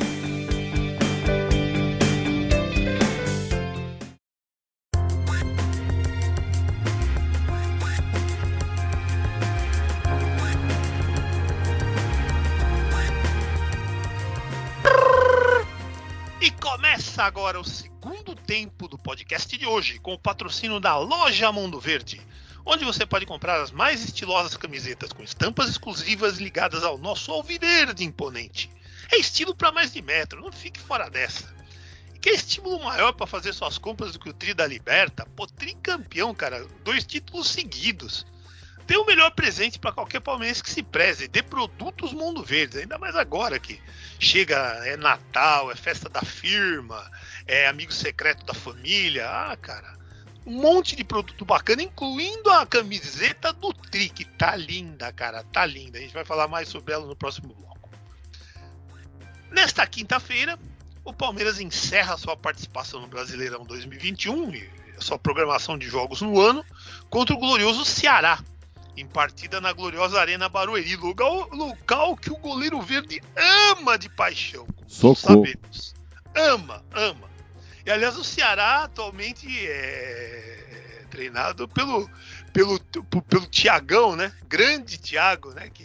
E começa agora o segundo tempo do podcast de hoje, com o patrocínio da Loja Mundo Verde, onde você pode comprar as mais estilosas camisetas com estampas exclusivas ligadas ao nosso alviverde imponente. É estilo para mais de metro, não fique fora dessa. E que estímulo maior para fazer suas compras do que o Tri da Liberta? Pô, tricampeão, cara, 2 títulos seguidos. Dê o melhor presente para qualquer palmeirense que se preze, dê produtos Mundo Verde, ainda mais agora que chega, é Natal, é festa da firma, é amigo secreto da família, cara... Um monte de produto bacana, incluindo a camiseta do Tri, que tá linda, cara, tá linda. A gente vai falar mais sobre ela no próximo bloco. Nesta quinta-feira, o Palmeiras encerra sua participação no Brasileirão 2021 e a sua programação de jogos no ano contra o glorioso Ceará, em partida na gloriosa Arena Barueri, local que o goleiro verde ama de paixão, como sabemos. Ama. E, aliás, o Ceará atualmente é treinado pelo Thiagão, né? Grande Thiago, né? Que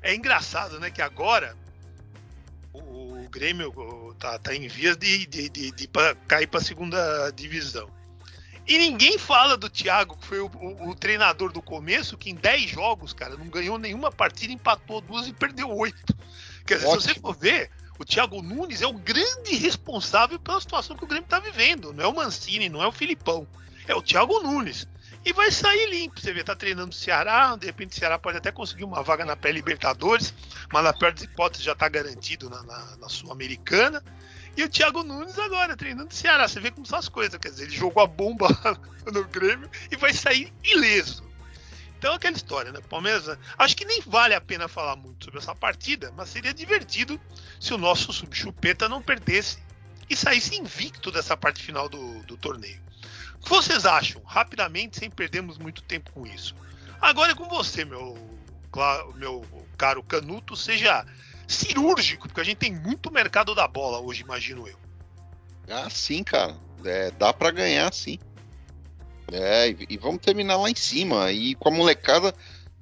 É engraçado, né, que agora o Grêmio tá em vias de cair para a segunda divisão. E ninguém fala do Thiago, que foi o treinador do começo, que em 10 jogos, cara, não ganhou nenhuma partida, empatou 2 e perdeu 8. Quer dizer, se você for ver, o Thiago Nunes é o grande responsável pela situação que o Grêmio tá vivendo. Não é o Mancini, não é o Filipão. É o Thiago Nunes. E vai sair limpo. Você vê, tá treinando o Ceará, de repente o Ceará pode até conseguir uma vaga na pré-Libertadores, mas na pior das hipóteses já tá garantido na Sul-Americana. E o Thiago Nunes agora treinando o Ceará. Você vê como são as coisas. Quer dizer, ele jogou a bomba no Grêmio e vai sair ileso. Então aquela história, né? Palmeiras, acho que nem vale a pena falar muito sobre essa partida, mas seria divertido se o nosso subchupeta não perdesse e saísse invicto dessa parte final do torneio. O que vocês acham? Rapidamente, sem perdermos muito tempo com isso. Agora é com você, meu caro Canuto, seja cirúrgico, porque a gente tem muito mercado da bola hoje, imagino eu. Ah, sim, cara. Dá pra ganhar, sim. E vamos terminar lá em cima. E com a molecada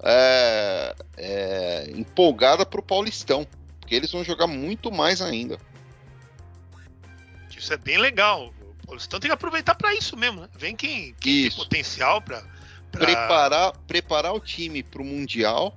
empolgada pro Paulistão. Porque eles vão jogar muito mais ainda. Isso é bem legal. O Paulistão tem que aproveitar para isso mesmo, né? Vem quem tem potencial para preparar o time pro Mundial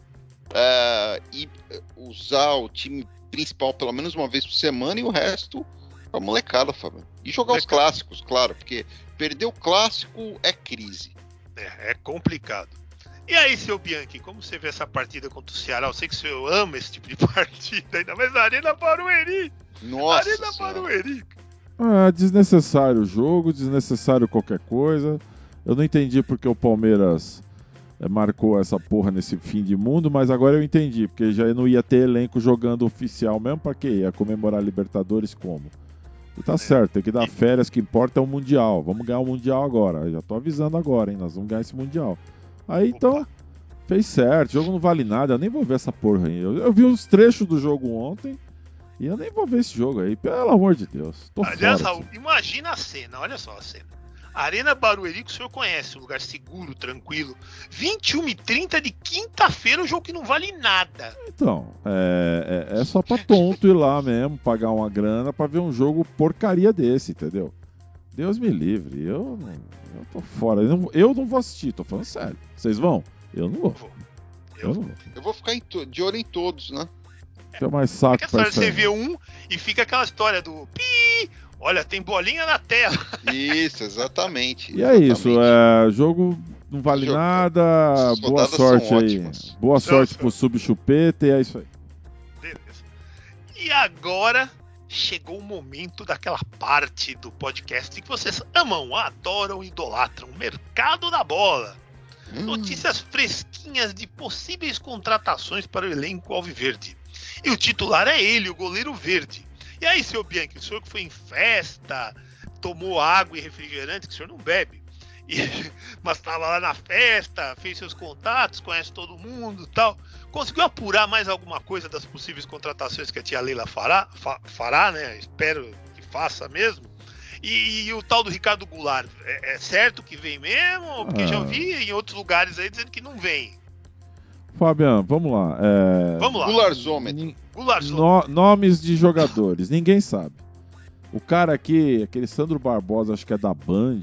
e usar o time principal pelo menos uma vez por semana e o resto pra molecada, Fábio. E jogar os clássicos, claro, porque perder o clássico é crise. É complicado. E aí, seu Bianchi, como você vê essa partida contra o Ceará? Eu sei que o senhor ama esse tipo de partida, ainda mais a Arena Barueri. Nossa. Arena Barueri. Desnecessário o jogo, desnecessário qualquer coisa. Eu não entendi porque o Palmeiras marcou essa porra nesse fim de mundo, mas agora eu entendi, porque já não ia ter elenco jogando oficial mesmo, pra quê? Ia comemorar Libertadores como? E tá certo, tem que dar férias, que importa é o Mundial. Vamos ganhar o Mundial agora. Eu já tô avisando agora, hein? Nós vamos ganhar esse Mundial. Aí então, fez certo, o jogo não vale nada, eu nem vou ver essa porra aí. Eu vi os trechos do jogo ontem e eu nem vou ver esse jogo aí, pelo amor de Deus. Aliás, Raul, imagina a cena, olha só a cena. Arena Barueri, que o senhor conhece, um lugar seguro, tranquilo. 21h30 de quinta-feira, um jogo que não vale nada. Então, é só pra tonto ir lá mesmo, pagar uma grana pra ver um jogo porcaria desse, entendeu? Deus me livre, eu tô fora. Eu não vou assistir, tô falando sério. Vocês vão? Eu não vou. Eu não vou. Eu vou ficar de olho em todos, né? Tem mais saco pra isso. Você vê um e fica aquela história do pi. Olha, tem bolinha na tela. Isso, exatamente. E é isso, jogo não vale nada. Boa sorte aí. Boa sorte pro Subchupeta e é isso aí. Beleza. E agora chegou o momento daquela parte do podcast que vocês amam, adoram e idolatram. Mercado da bola. Notícias fresquinhas de possíveis contratações para o elenco alviverde. E o titular é ele, o goleiro verde. E aí, seu Bianchi, o senhor que foi em festa, tomou água e refrigerante, que o senhor não bebe, mas estava lá na festa, fez seus contatos, conhece todo mundo e tal, conseguiu apurar mais alguma coisa das possíveis contratações que a tia Leila fará, né? Espero que faça mesmo. E o tal do Ricardo Goulart, é certo que vem mesmo? Porque já vi em outros lugares aí dizendo que não vem. Fabiano, vamos lá. Vamos lá. Goularzômetro. Nomes de jogadores, ninguém sabe. O cara aqui, aquele Sandro Barbosa, acho que é da Band.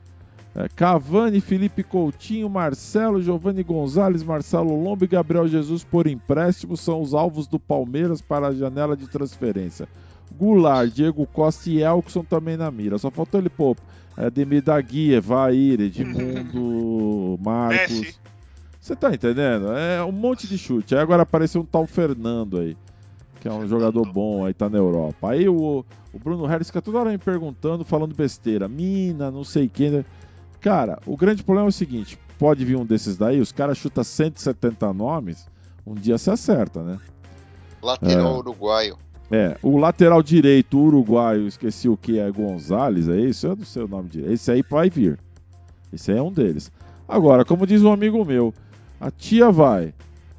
Cavani, Felipe Coutinho, Marcelo, Giovanni Gonzalez, Marcelo Lombo e Gabriel Jesus por empréstimo são os alvos do Palmeiras para a janela de transferência. Goulart, Diego Costa e Elkson também na mira. Só faltou ele pôr Ademir da Guia, Vair, Edmundo, Marcos. Você tá entendendo? É um monte de chute. Aí agora apareceu um tal Fernando aí, que é um jogador bom, aí tá na Europa. Aí o Bruno Harris fica toda hora me perguntando, falando besteira. Mina, não sei quem. Cara, o grande problema é o seguinte: pode vir um desses daí, os caras chutam 170 nomes, um dia se acerta, né? Lateral uruguaio. O lateral direito uruguaio, esqueci o que é, Gonzalez, é isso? Eu não sei o nome direito. Esse aí vai vir. Esse aí é um deles. Agora, como diz um amigo meu, a tia vai.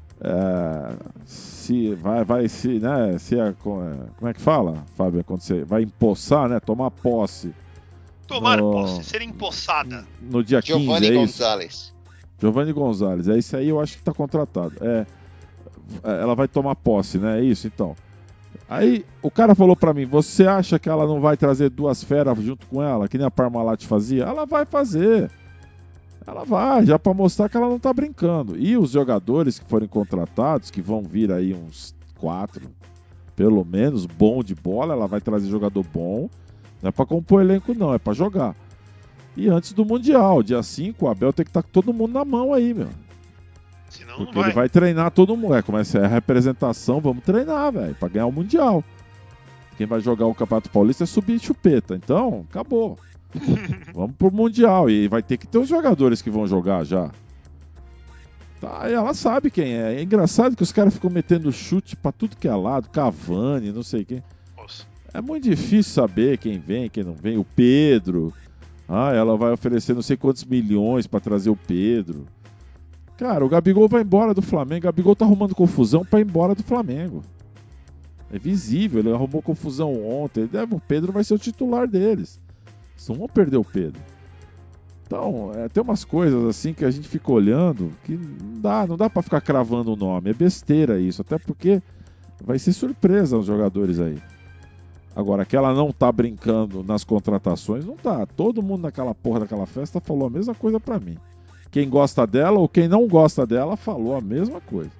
Como é que fala, Fábio? Quando você vai empossar, né? Tomar posse. Posse, ser empossada. No dia 15, Giovanni Gonzalez. Giovanni Gonzalez, é isso aí, eu acho que tá contratado. ela vai tomar posse, né? É isso, então. Aí o cara falou pra mim, você acha que ela não vai trazer 2 feras junto com ela, que nem a Parmalat fazia? Ela vai fazer. Ela vai, já pra mostrar que ela não tá brincando. E os jogadores que forem contratados, que vão vir aí uns 4, pelo menos, bom de bola, ela vai trazer jogador bom. Não é pra compor elenco não, é pra jogar. E antes do Mundial, dia 5, o Abel tem que estar com todo mundo na mão aí, meu. Senão Porque não vai. ele vai treinar todo mundo. Começa a representação, vamos treinar, velho, pra ganhar o Mundial. Quem vai jogar o Campeonato Paulista é subir chupeta. Então, acabou. Vamos pro Mundial. E vai ter que ter os jogadores que vão jogar já. Tá, e ela sabe quem é. É engraçado que os caras ficam metendo chute pra tudo que é lado. Cavani, não sei quem. Nossa. É muito difícil saber quem vem, quem não vem. O Pedro. Ela vai oferecer não sei quantos milhões pra trazer o Pedro. Cara, o Gabigol vai embora do Flamengo. O Gabigol tá arrumando confusão pra ir embora do Flamengo. É visível, ele arrumou confusão ontem. O Pedro vai ser o titular deles. Eles não vão perder o Pedro. Então, tem umas coisas assim que a gente fica olhando que não dá pra ficar cravando o nome. É besteira isso, até porque vai ser surpresa aos jogadores aí. Agora, que ela não tá brincando nas contratações, não tá. Todo mundo naquela porra daquela festa falou a mesma coisa pra mim. Quem gosta dela ou quem não gosta dela falou a mesma coisa.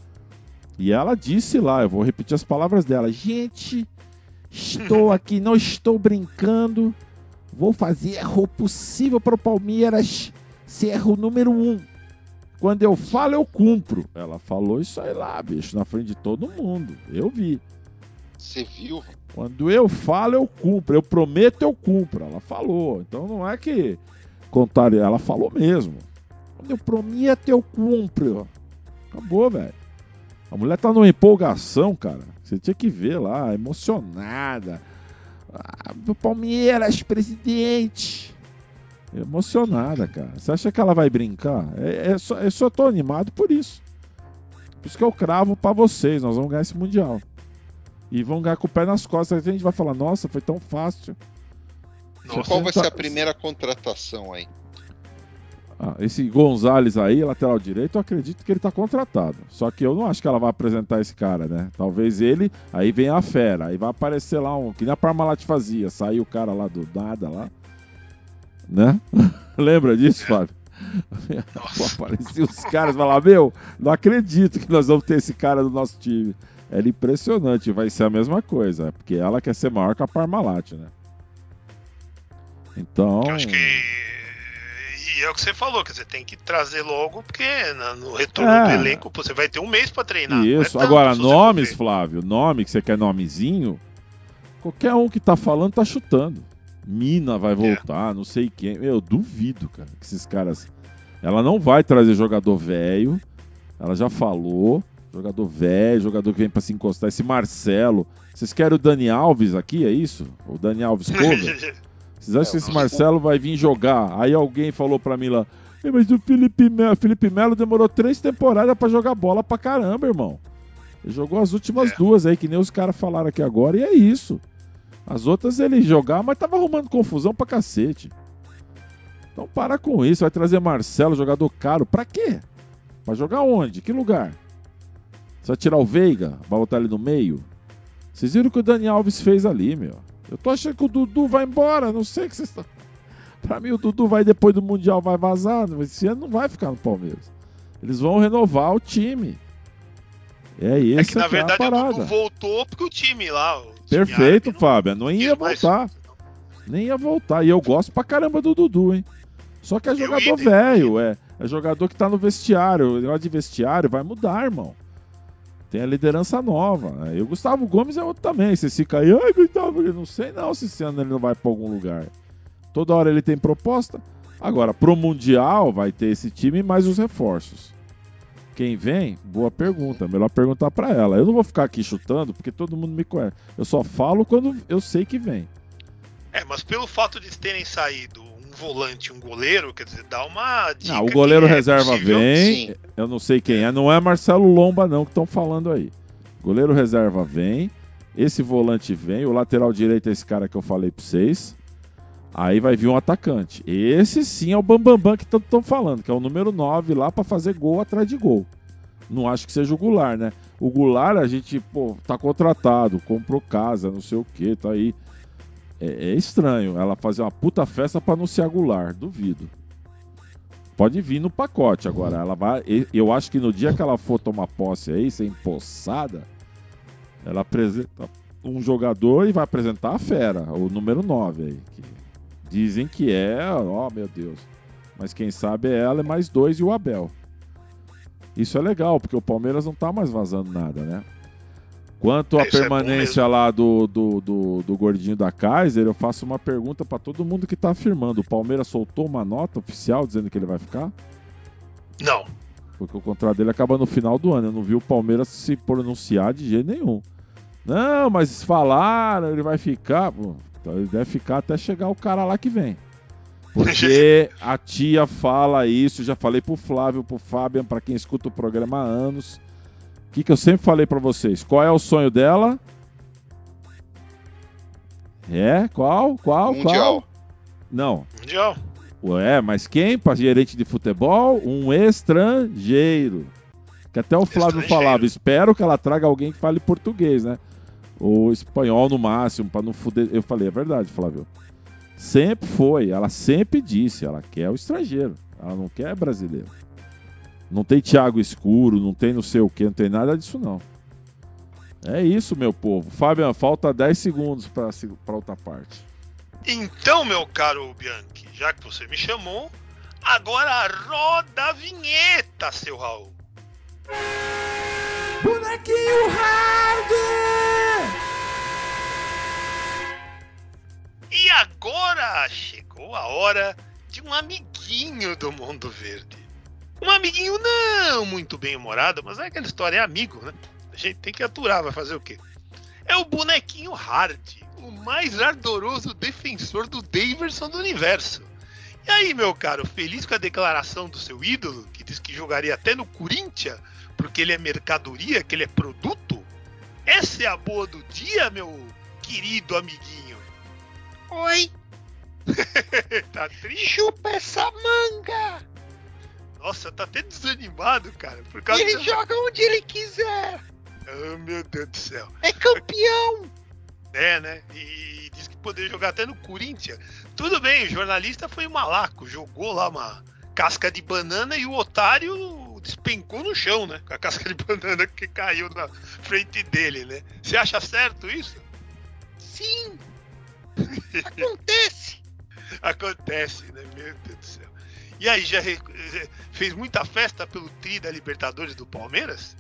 E ela disse lá, eu vou repetir as palavras dela. Gente, estou aqui, não estou brincando. Vou fazer o possível para o Palmeiras ser o número 1. Quando eu falo, eu cumpro. Ela falou isso aí lá, bicho, na frente de todo mundo. Eu vi. Você viu? Quando eu falo, eu cumpro. Eu prometo, eu cumpro. Ela falou. Então não é que contaram. Ela falou mesmo. Quando eu prometo, eu cumpro. Acabou, velho. A mulher tá numa empolgação, cara. Você tinha que ver lá, emocionada. Do Palmeiras, presidente. Emocionada, cara. Você acha que ela vai brincar? Eu só tô animado por isso. Por isso que eu cravo pra vocês. Nós vamos ganhar esse Mundial. E vão ganhar com o pé nas costas. A gente vai falar, nossa, foi tão fácil. Nossa. Qual vai ser a primeira contratação aí? Esse Gonzalez aí, lateral direito, eu acredito que ele tá contratado. Só que eu não acho que ela vai apresentar esse cara, né? Talvez ele, aí vem a fera, aí vai aparecer lá que nem a Parmalat fazia, saiu o cara lá do nada lá, né? Lembra disso, Fábio? Apareciam os caras e falavam, meu, não acredito que nós vamos ter esse cara no nosso time. Era impressionante, vai ser a mesma coisa, porque ela quer ser maior que a Parmalat, né? Então... Eu acho que... E é o que você falou, que você tem que trazer logo, porque no retorno do elenco você vai ter um mês pra treinar. Isso, agora nomes, Flávio, nome que você quer nomezinho, qualquer um que tá falando tá chutando. Mina vai voltar, não sei quem. Eu duvido, cara, que esses caras... Ela não vai trazer jogador velho, ela já falou, jogador velho, jogador que vem pra se encostar, esse Marcelo. Vocês querem o Dani Alves aqui, é isso? O Dani Alves cover? Vocês acham que esse Marcelo vai vir jogar? Aí alguém falou pra mim lá, mas o Felipe Melo demorou 3 temporadas pra jogar bola pra caramba, irmão. Ele jogou as últimas 2 aí, que nem os caras falaram aqui agora, e é isso. As outras ele jogava, mas tava arrumando confusão pra cacete. Então para com isso, vai trazer Marcelo, jogador caro, pra quê? Pra jogar onde? Que lugar? Você vai tirar o Veiga, vai botar ele no meio? Vocês viram o que o Dani Alves fez ali, meu. Eu tô achando que o Dudu vai embora, não sei o que vocês estão... Pra mim o Dudu vai depois do Mundial, vai vazar, esse ano não vai ficar no Palmeiras. Eles vão renovar o time. É que na verdade o Dudu voltou porque o time lá... Perfeito, Fábio, não ia voltar. Nem ia voltar, e eu gosto pra caramba do Dudu, hein. Só que é jogador velho, é jogador que tá no vestiário, o negócio de vestiário vai mudar, irmão. Tem a liderança nova. E o Gustavo Gomes é outro também. Você fica aí, Gustavo, eu não sei não se esse ano ele não vai pra algum lugar. Toda hora ele tem proposta. Agora, pro Mundial vai ter esse time mais os reforços. Quem vem? Boa pergunta. Melhor perguntar pra ela. Eu não vou ficar aqui chutando, porque todo mundo me conhece. Eu só falo quando eu sei que vem. Mas pelo fato de terem saído um volante e um goleiro, quer dizer, dá uma dica. Não, o goleiro reserva possível, vem. Sim. Eu não sei quem é. Não é Marcelo Lomba, não, que estão falando aí. Goleiro reserva vem. Esse volante vem. O lateral direito é esse cara que eu falei pra vocês. Aí vai vir um atacante. Esse sim é o Bambambam que estão falando, que é o número 9 lá pra fazer gol atrás de gol. Não acho que seja o Goulart, né? O Goulart, a gente, tá contratado, comprou casa, não sei o que, tá aí. É estranho ela fazer uma puta festa pra anunciar Goulart, duvido. Pode vir no pacote agora. Ela vai. Eu acho que no dia que ela for tomar posse aí, ser empossada, ela apresenta um jogador e vai apresentar a fera, o número 9 aí. Que dizem que meu Deus. Mas quem sabe é ela e mais 2 e o Abel. Isso é legal, porque o Palmeiras não tá mais vazando nada, né? Quanto à permanência lá do gordinho da Kaiser, eu faço uma pergunta para todo mundo que tá afirmando. O Palmeiras soltou uma nota oficial dizendo que ele vai ficar? Não. Porque o contrato dele acaba no final do ano. Eu não vi o Palmeiras se pronunciar de jeito nenhum. Não, mas falaram, ele vai ficar. Pô, então ele deve ficar até chegar o cara lá que vem. Porque a tia fala isso, já falei pro Flávio, pro Fabian, para quem escuta o programa há anos. O que eu sempre falei pra vocês? Qual é o sonho dela? Qual? Mundial. Não. Mundial. Mas quem? Pra gerente de futebol? Um estrangeiro. Que até o Flávio falava, espero que ela traga alguém que fale português, né? Ou espanhol no máximo, pra não fuder. Eu falei, é verdade, Flávio. Sempre foi, ela sempre disse, ela quer o estrangeiro. Ela não quer brasileiro. Não tem Thiago Escuro, não tem não sei o que, não tem nada disso não. É isso, meu povo. Fabian, falta 10 segundos para outra parte. Então, meu caro Bianchi, já que você me chamou, agora roda a vinheta, seu Raul. Bonequinho Hard! E agora chegou a hora de um amiguinho do Mundo Verde. Um amiguinho não muito bem-humorado, mas é aquela história, é amigo, né? A gente tem que aturar, vai fazer o quê? É o bonequinho Hard, o mais ardoroso defensor do Daverson do universo. E aí, meu caro, feliz com a declaração do seu ídolo, que diz que jogaria até no Corinthians, porque ele é mercadoria, que ele é produto? Essa é a boa do dia, meu querido amiguinho. Oi. Tá triste? Chupa essa manga. Nossa, tá até desanimado, cara. Por causa Ele joga onde ele quiser. Oh, meu Deus do céu. É campeão. É, né? E diz que poderia jogar até no Corinthians. Tudo bem, o jornalista foi malaco. Jogou lá uma casca de banana e o otário despencou no chão, né? Com a casca de banana que caiu na frente dele, né? Você acha certo isso? Sim. Acontece. Acontece, né? Meu Deus do céu. E aí, já fez muita festa pelo tri da Libertadores do Palmeiras?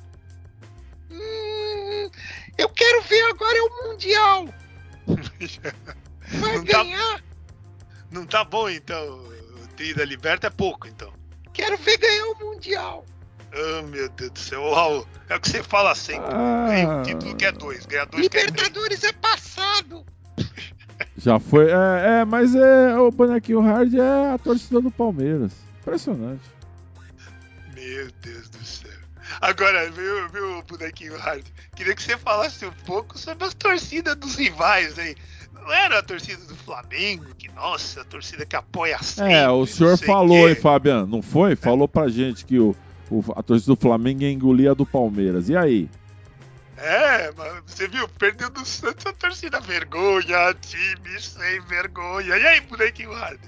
Eu quero ver agora o Mundial. Vai Não ganhar. Não tá bom, então. O tri da Liberta é pouco, então. Quero ver ganhar o Mundial. Oh, meu Deus do céu. Ô, Raul, é o que você fala sempre. Ganha um título que é 2. Ganhar 2 que é 3. Libertadores é passado. Já foi. Mas o bonequinho Hard é a torcida do Palmeiras. Impressionante. Meu Deus do céu. Agora, meu bonequinho Hard, queria que você falasse um pouco sobre as torcidas dos rivais aí. Não era a torcida do Flamengo, que, nossa, a torcida que apoia sempre. O senhor falou, hein, Fabiano? Não foi? Falou pra gente que a torcida do Flamengo ia engolir a do Palmeiras. E aí? Mas você viu? Perdeu do Santos a torcida. Vergonha, time sem vergonha. E aí, bonequinho Hard?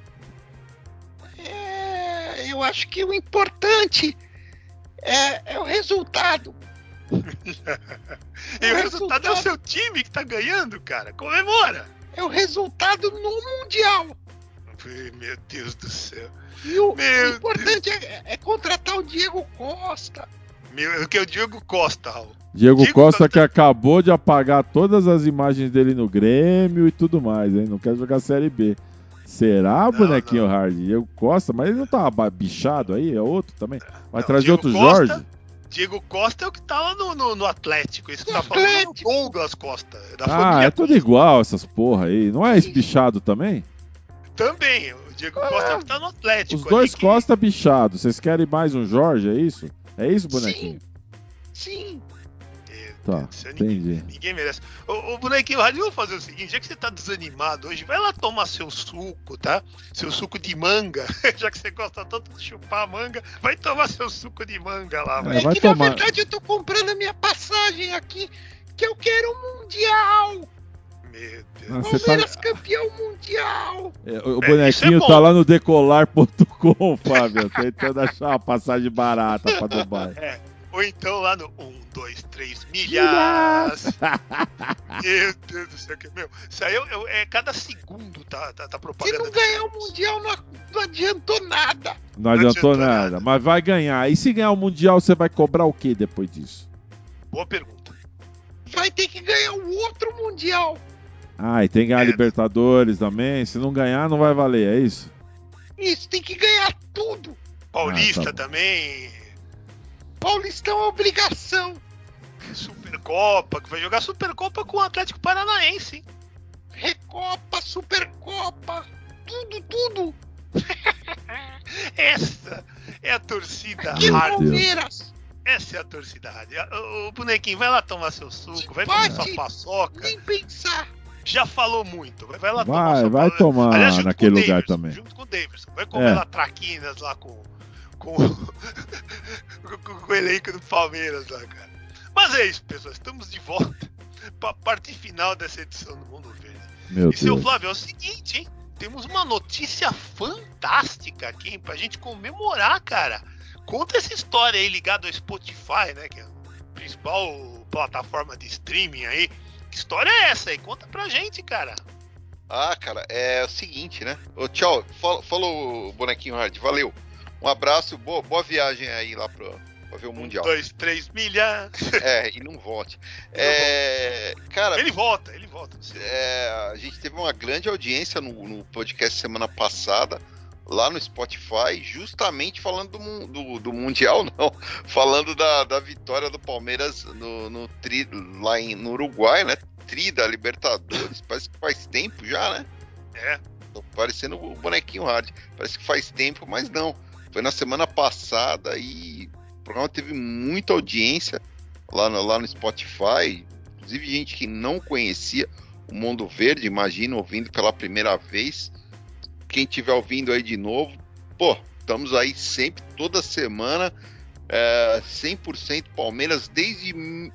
Eu acho que o importante é o resultado. E o resultado é o seu time que tá ganhando, cara. Comemora. É o resultado no Mundial. Meu Deus do céu. E o importante é contratar o Diego Costa. Que é o Diego Costa, Raul. Diego Costa que acabou de apagar todas as imagens dele no Grêmio e tudo mais, hein? Não quer jogar Série B. Será, bonequinho Hard? Diego Costa, mas ele não tá bichado aí? É outro também? Vai trazer Diego outro Costa, Jorge? Diego Costa é o que tá lá no Atlético. Esse que tá falando é o Douglas Costa. Da família. É tudo igual essas porra aí. Não é espichado também? Também. O Diego Costa é o que tá no Atlético. Os dois Costa bichados. Vocês querem mais um Jorge, é isso? É isso, bonequinho? Sim. Meu Tá, entendi. Ninguém merece. Ô, bonequinho, vamos fazer o seguinte, já que você tá desanimado hoje, vai lá tomar seu suco, tá? Seu suco de manga, já que você gosta tanto de chupar manga, vai tomar seu suco de manga lá. É, vai tomar. Na verdade eu tô comprando a minha passagem aqui, que eu quero um Mundial. Meu Deus. Palmeiras campeão mundial. O bonequinho isso é tá lá no decolar.com, Fábio, tentando achar uma passagem barata pra Dubai. Ou então lá no 1, 2, 3 milhas. Meu Deus do céu, meu. Isso aí é cada segundo tá Se propaganda. não ganhar o Mundial, não adiantou nada. Não adiantou nada, mas vai ganhar. E se ganhar o Mundial, você vai cobrar o que depois disso? Boa pergunta. Vai ter que ganhar o outro Mundial. Ah, e tem que ganhar a Libertadores também. Se não ganhar, não vai valer, é isso? Isso, tem que ganhar tudo. Paulista tá bom. também. Paulistão é obrigação. Supercopa, que vai jogar Supercopa com o Atlético Paranaense, hein? Recopa, Supercopa, tudo. Essa é a torcida Que hard. Palmeiras. Essa é a torcida hard. O bonequinho, vai lá tomar seu suco, vai comer sua paçoca. Nem pensar. Já falou muito. Vai lá tomar sua Vai tomar Aliás, junto naquele com o lugar Davidson, também. Junto com o Davidson. Vai comer lá traquinas lá com o elenco do Palmeiras lá, cara. Mas é isso, pessoal. Estamos de volta pra parte final dessa edição do Mundo Verde. Meu E, seu Deus. Flávio, é o seguinte, hein? Temos uma notícia fantástica aqui, hein? Pra gente comemorar, cara. Conta essa história aí ligada ao Spotify, né? Que é a principal plataforma de streaming aí. Que história é essa aí? Conta pra gente, cara. Ah, cara, é o seguinte, né? Ô, tchau, falou, bonequinho hard, valeu. Um abraço, boa viagem aí lá pra ver o Mundial. 1, 2, 3 milhas. E não volte. Cara, Ele volta. a gente teve uma grande audiência no podcast semana passada, lá no Spotify, justamente falando do Mundial, não. Falando da vitória do Palmeiras lá no Uruguai, né? Tri da Libertadores. Parece que faz tempo já, né? Tô parecendo o bonequinho hard. Parece que faz tempo, mas não. Foi na semana passada e o programa teve muita audiência lá no Spotify. Inclusive gente que não conhecia o Mundo Verde, imagina, ouvindo pela primeira vez. Quem estiver ouvindo aí de novo, estamos aí sempre, toda semana, 100% Palmeiras desde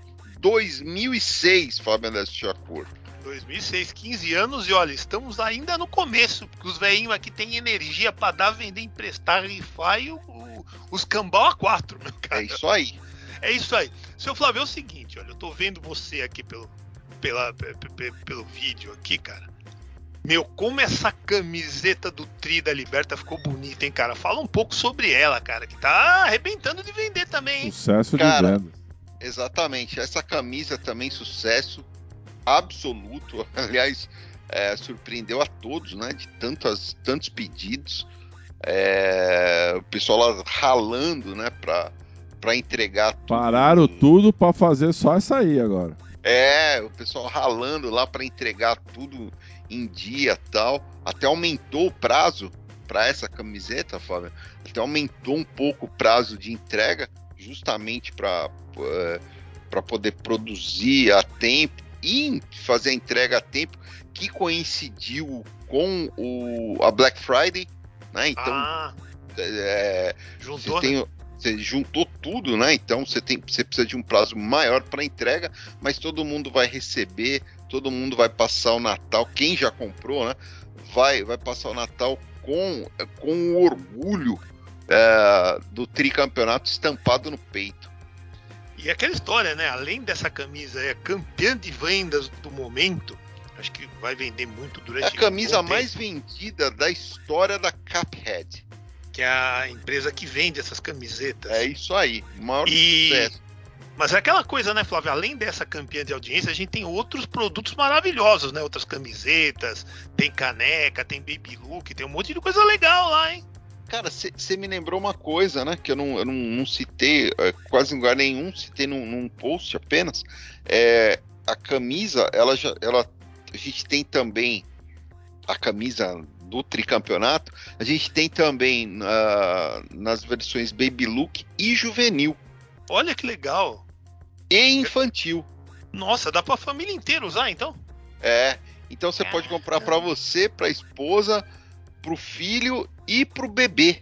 2006, Fábio André Chacur. 2006, 15 anos e olha, estamos ainda no começo, porque os velhinhos aqui têm energia pra dar, vender, emprestar, rifar e os cambau a 4, meu cara. É isso aí. É isso aí. Seu Flávio, é o seguinte, olha, eu tô vendo você aqui pelo vídeo aqui, cara. Meu, como essa camiseta do Tri da Liberta ficou bonita, hein, cara? Fala um pouco sobre ela, cara, que tá arrebentando de vender também, hein? Sucesso de Cara, venda. Exatamente. Essa camisa também sucesso absoluto. Aliás, surpreendeu a todos, né? De tantos pedidos. O pessoal lá ralando, né? Pra entregar tudo. Pararam tudo pra fazer só essa aí agora. O pessoal ralando lá pra entregar tudo em dia e tal. Até aumentou o prazo para essa camiseta, Fábio. Até aumentou um pouco o prazo de entrega, justamente para poder produzir a tempo e fazer a entrega a tempo, que coincidiu com a Black Friday, né? Então, juntou, você juntou tudo, né? Então você precisa de um prazo maior para entrega, mas todo mundo vai receber, todo mundo vai passar o Natal. Quem já comprou, né? Vai passar o Natal com o orgulho do tricampeonato estampado no peito. E aquela história, né? Além dessa camisa, é campeã de vendas do momento. Acho que vai vender muito durante. É a camisa mais vendida da história da Cuphead. Que é a empresa que vende essas camisetas. É isso aí, o maior sucesso. Mas é aquela coisa, né, Flávio? Além dessa campeã de audiência, a gente tem outros produtos maravilhosos, né? Outras camisetas, tem caneca, tem baby look, tem um monte de coisa legal lá, hein? Cara, você me lembrou uma coisa, né? Que eu não citei quase em lugar nenhum, citei num post apenas. A camisa, a gente tem também a camisa do tricampeonato, a gente tem também nas versões Baby Look e Juvenil. Olha que legal. E infantil. Nossa, dá pra família inteira usar, então? Então você pode comprar pra você, pra esposa, pro filho e pro bebê.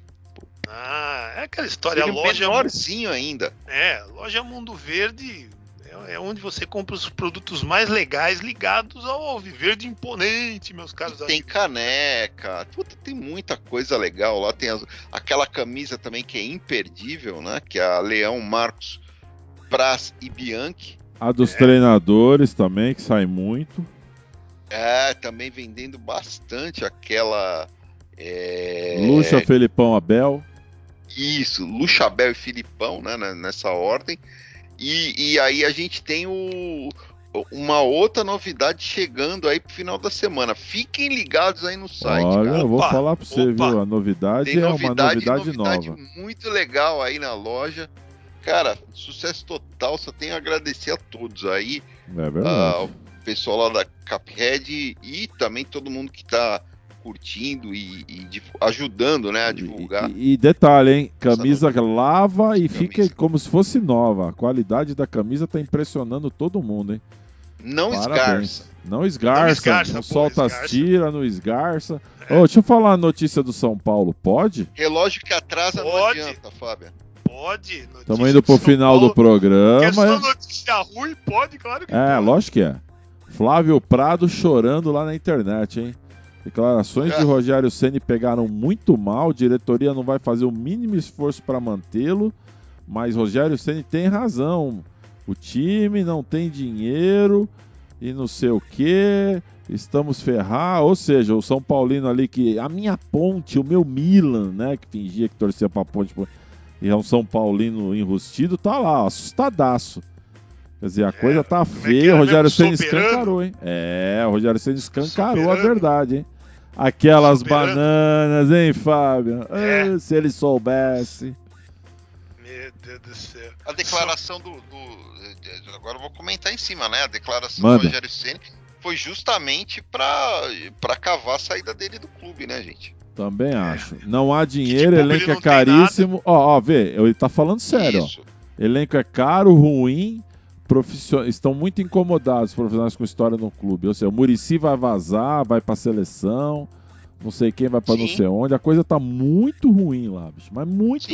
É aquela história, Filho loja menorzinho ainda. Loja Mundo Verde é onde você compra os produtos mais legais ligados ao Alviverde imponente, meus caros Tem amigos. caneca, puta, tem muita coisa legal lá. Tem aquela camisa também que é imperdível, né? Que é a Leão, Marcos, Praz e Bianchi. A dos treinadores também, que sai muito. Também vendendo bastante aquela... Lucha, Felipão, Abel. Isso, Lucha, Abel e Filipão, né? Nessa ordem. E aí a gente tem uma outra novidade chegando aí pro final da semana. Fiquem ligados aí no site. Olha, cara. eu vou falar pra você, viu? A novidade Tem é uma novidade nova. muito legal aí na loja. Cara, sucesso total. Só tenho a agradecer a todos aí. É verdade. O pessoal lá da Cuphead e também todo mundo que tá curtindo e ajudando, né, a divulgar. E detalhe, hein? Camisa lava e fica como se fosse nova. A qualidade da camisa tá impressionando todo mundo, hein? Não Parabéns. esgarça. Não esgarça, não solta as tiras, não esgarça. Deixa eu falar a notícia do São Paulo, pode? Relógio que atrasa não adianta, Fábio. Pode. Estamos indo pro final do programa. Quer só notícia ruim? Pode, claro que pode. Lógico que é. Flávio Prado chorando lá na internet, hein? Declarações de Rogério Ceni pegaram muito mal, diretoria não vai fazer o mínimo esforço para mantê-lo, mas Rogério Ceni tem razão. O time não tem dinheiro e não sei o que, estamos ferrados. Ou seja, o São Paulino ali que a minha ponte, o meu Milan, né, que fingia que torcia para a ponte e é um São Paulino enrustido, tá lá, assustadaço. Quer dizer, a coisa tá feia, o Rogério Ceni escancarou, hein? O Rogério Ceni escancarou a verdade, hein? Aquelas bananas, hein, Fábio? Se ele soubesse. Meu Deus do céu. A declaração agora eu vou comentar em cima, né? A declaração Manda. do Rogério Ceni foi justamente pra cavar a saída dele do clube, né, gente? Também acho. Não há dinheiro, tipo, elenco é caríssimo. Vê, ele tá falando sério. Isso. Elenco é caro, ruim. Estão muito incomodados os profissionais com história no clube. Ou seja, o Muricy vai vazar, vai pra seleção, não sei quem vai pra não sei onde. A coisa tá muito ruim lá, bicho. Mas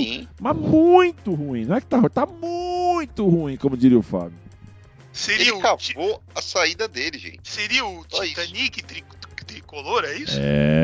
muito ruim. Não é que tá muito ruim, como diria o Fábio. Ele cavou a saída dele, gente. Seria o Titanic tricolor, é isso?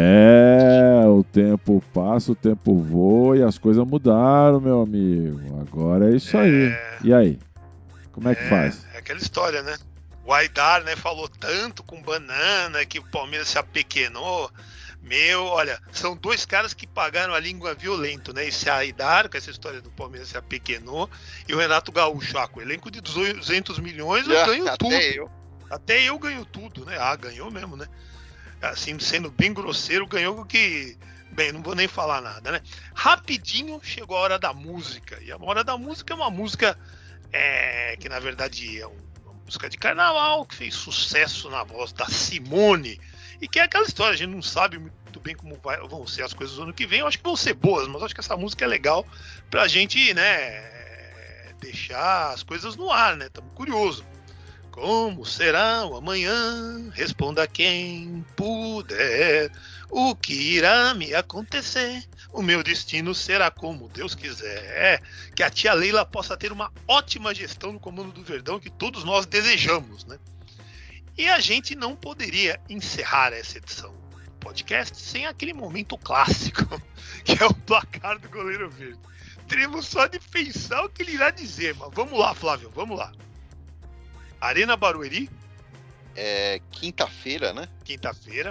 O tempo passa, o tempo voa e as coisas mudaram, meu amigo. Agora é isso aí. E aí? Como é que faz? É aquela história, né? O Aidar, né, falou tanto com banana que o Palmeiras se apequenou. Olha, são dois caras que pagaram a língua violento, né? Esse Aidar, com essa história do Palmeiras se apequenou, e o Renato Gaúcho, com elenco de 200 milhões, eu ganho tudo. Até eu ganho tudo, né? Ganhou mesmo, né? Assim, sendo bem grosseiro, ganhou que... Bem, não vou nem falar nada, né? Rapidinho chegou a hora da música. E a hora da música é uma música... que na verdade é uma música de carnaval que fez sucesso na voz da Simone e que é aquela história, a gente não sabe muito bem como vão ser as coisas no ano que vem. Eu acho que vão ser boas, mas eu acho que essa música é legal pra gente, né, deixar as coisas no ar, né? Estamos curiosos. Como será o amanhã? Responda quem puder. O que irá me acontecer? O meu destino será como Deus quiser. Que a tia Leila possa ter uma ótima gestão no comando do Verdão, que todos nós desejamos, né? E a gente não poderia encerrar essa edição do podcast sem aquele momento clássico, que é o placar do goleiro verde. Teremos só de pensar o que ele irá dizer, mas vamos lá, Flávio, vamos lá. Arena Barueri. Quinta-feira, né? Quinta-feira.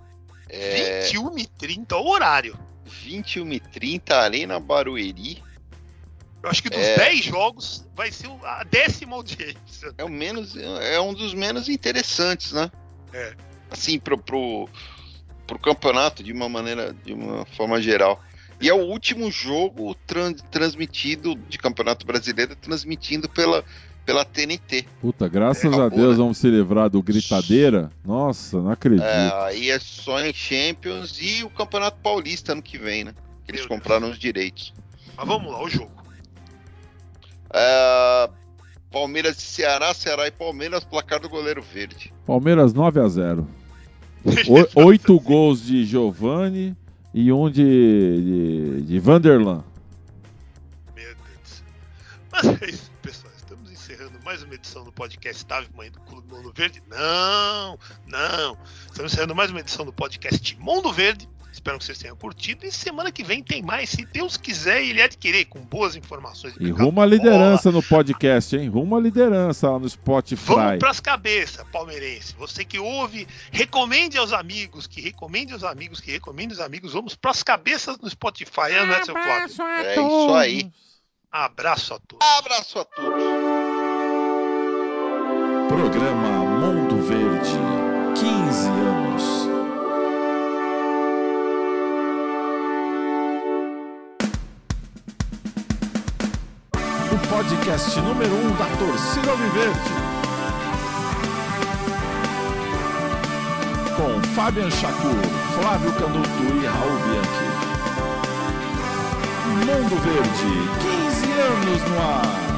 21h30, o horário. 21h30, Arena Barueri. Eu acho que dos 10 jogos vai ser a 10ª audiência. É um dos menos interessantes, né? Assim, pro campeonato, de uma forma geral. E é o último jogo transmitido de Campeonato Brasileiro, transmitindo pela TNT. Puta, graças a Deus, né? Vamos se livrar do gritadeira. Nossa, não acredito. Aí é só em Champions e o Campeonato Paulista ano que vem, né? Que eles compraram os direitos. Mas vamos lá, o jogo. Palmeiras e Ceará, Ceará e Palmeiras, placar do goleiro verde. Palmeiras 9-0. 8 gols de Giovani e um de Vanderlan. Meu Deus. Mas é isso, pessoal. Estamos encerrando mais uma edição do podcast Tave Mãe do Clube Mundo Verde. Não. Estamos encerrando mais uma edição do podcast Mundo Verde. Espero que vocês tenham curtido. E semana que vem tem mais, se Deus quiser, ele adquirir com boas informações. E rumo à liderança no podcast, hein? Rumo à liderança lá no Spotify. Vamos pras cabeças, palmeirense. Você que ouve, recomende aos amigos, Vamos pras cabeças no Spotify, não é, seu Flávio? É isso aí. Abraço a todos. Abraço a todos. Programa Mundo Verde, 15 anos. O podcast número 1 da torcida alviverde. Com Fabian Chacur, Flávio Canuto e Raul Bianchi. Mundo Verde, 15 anos no ar.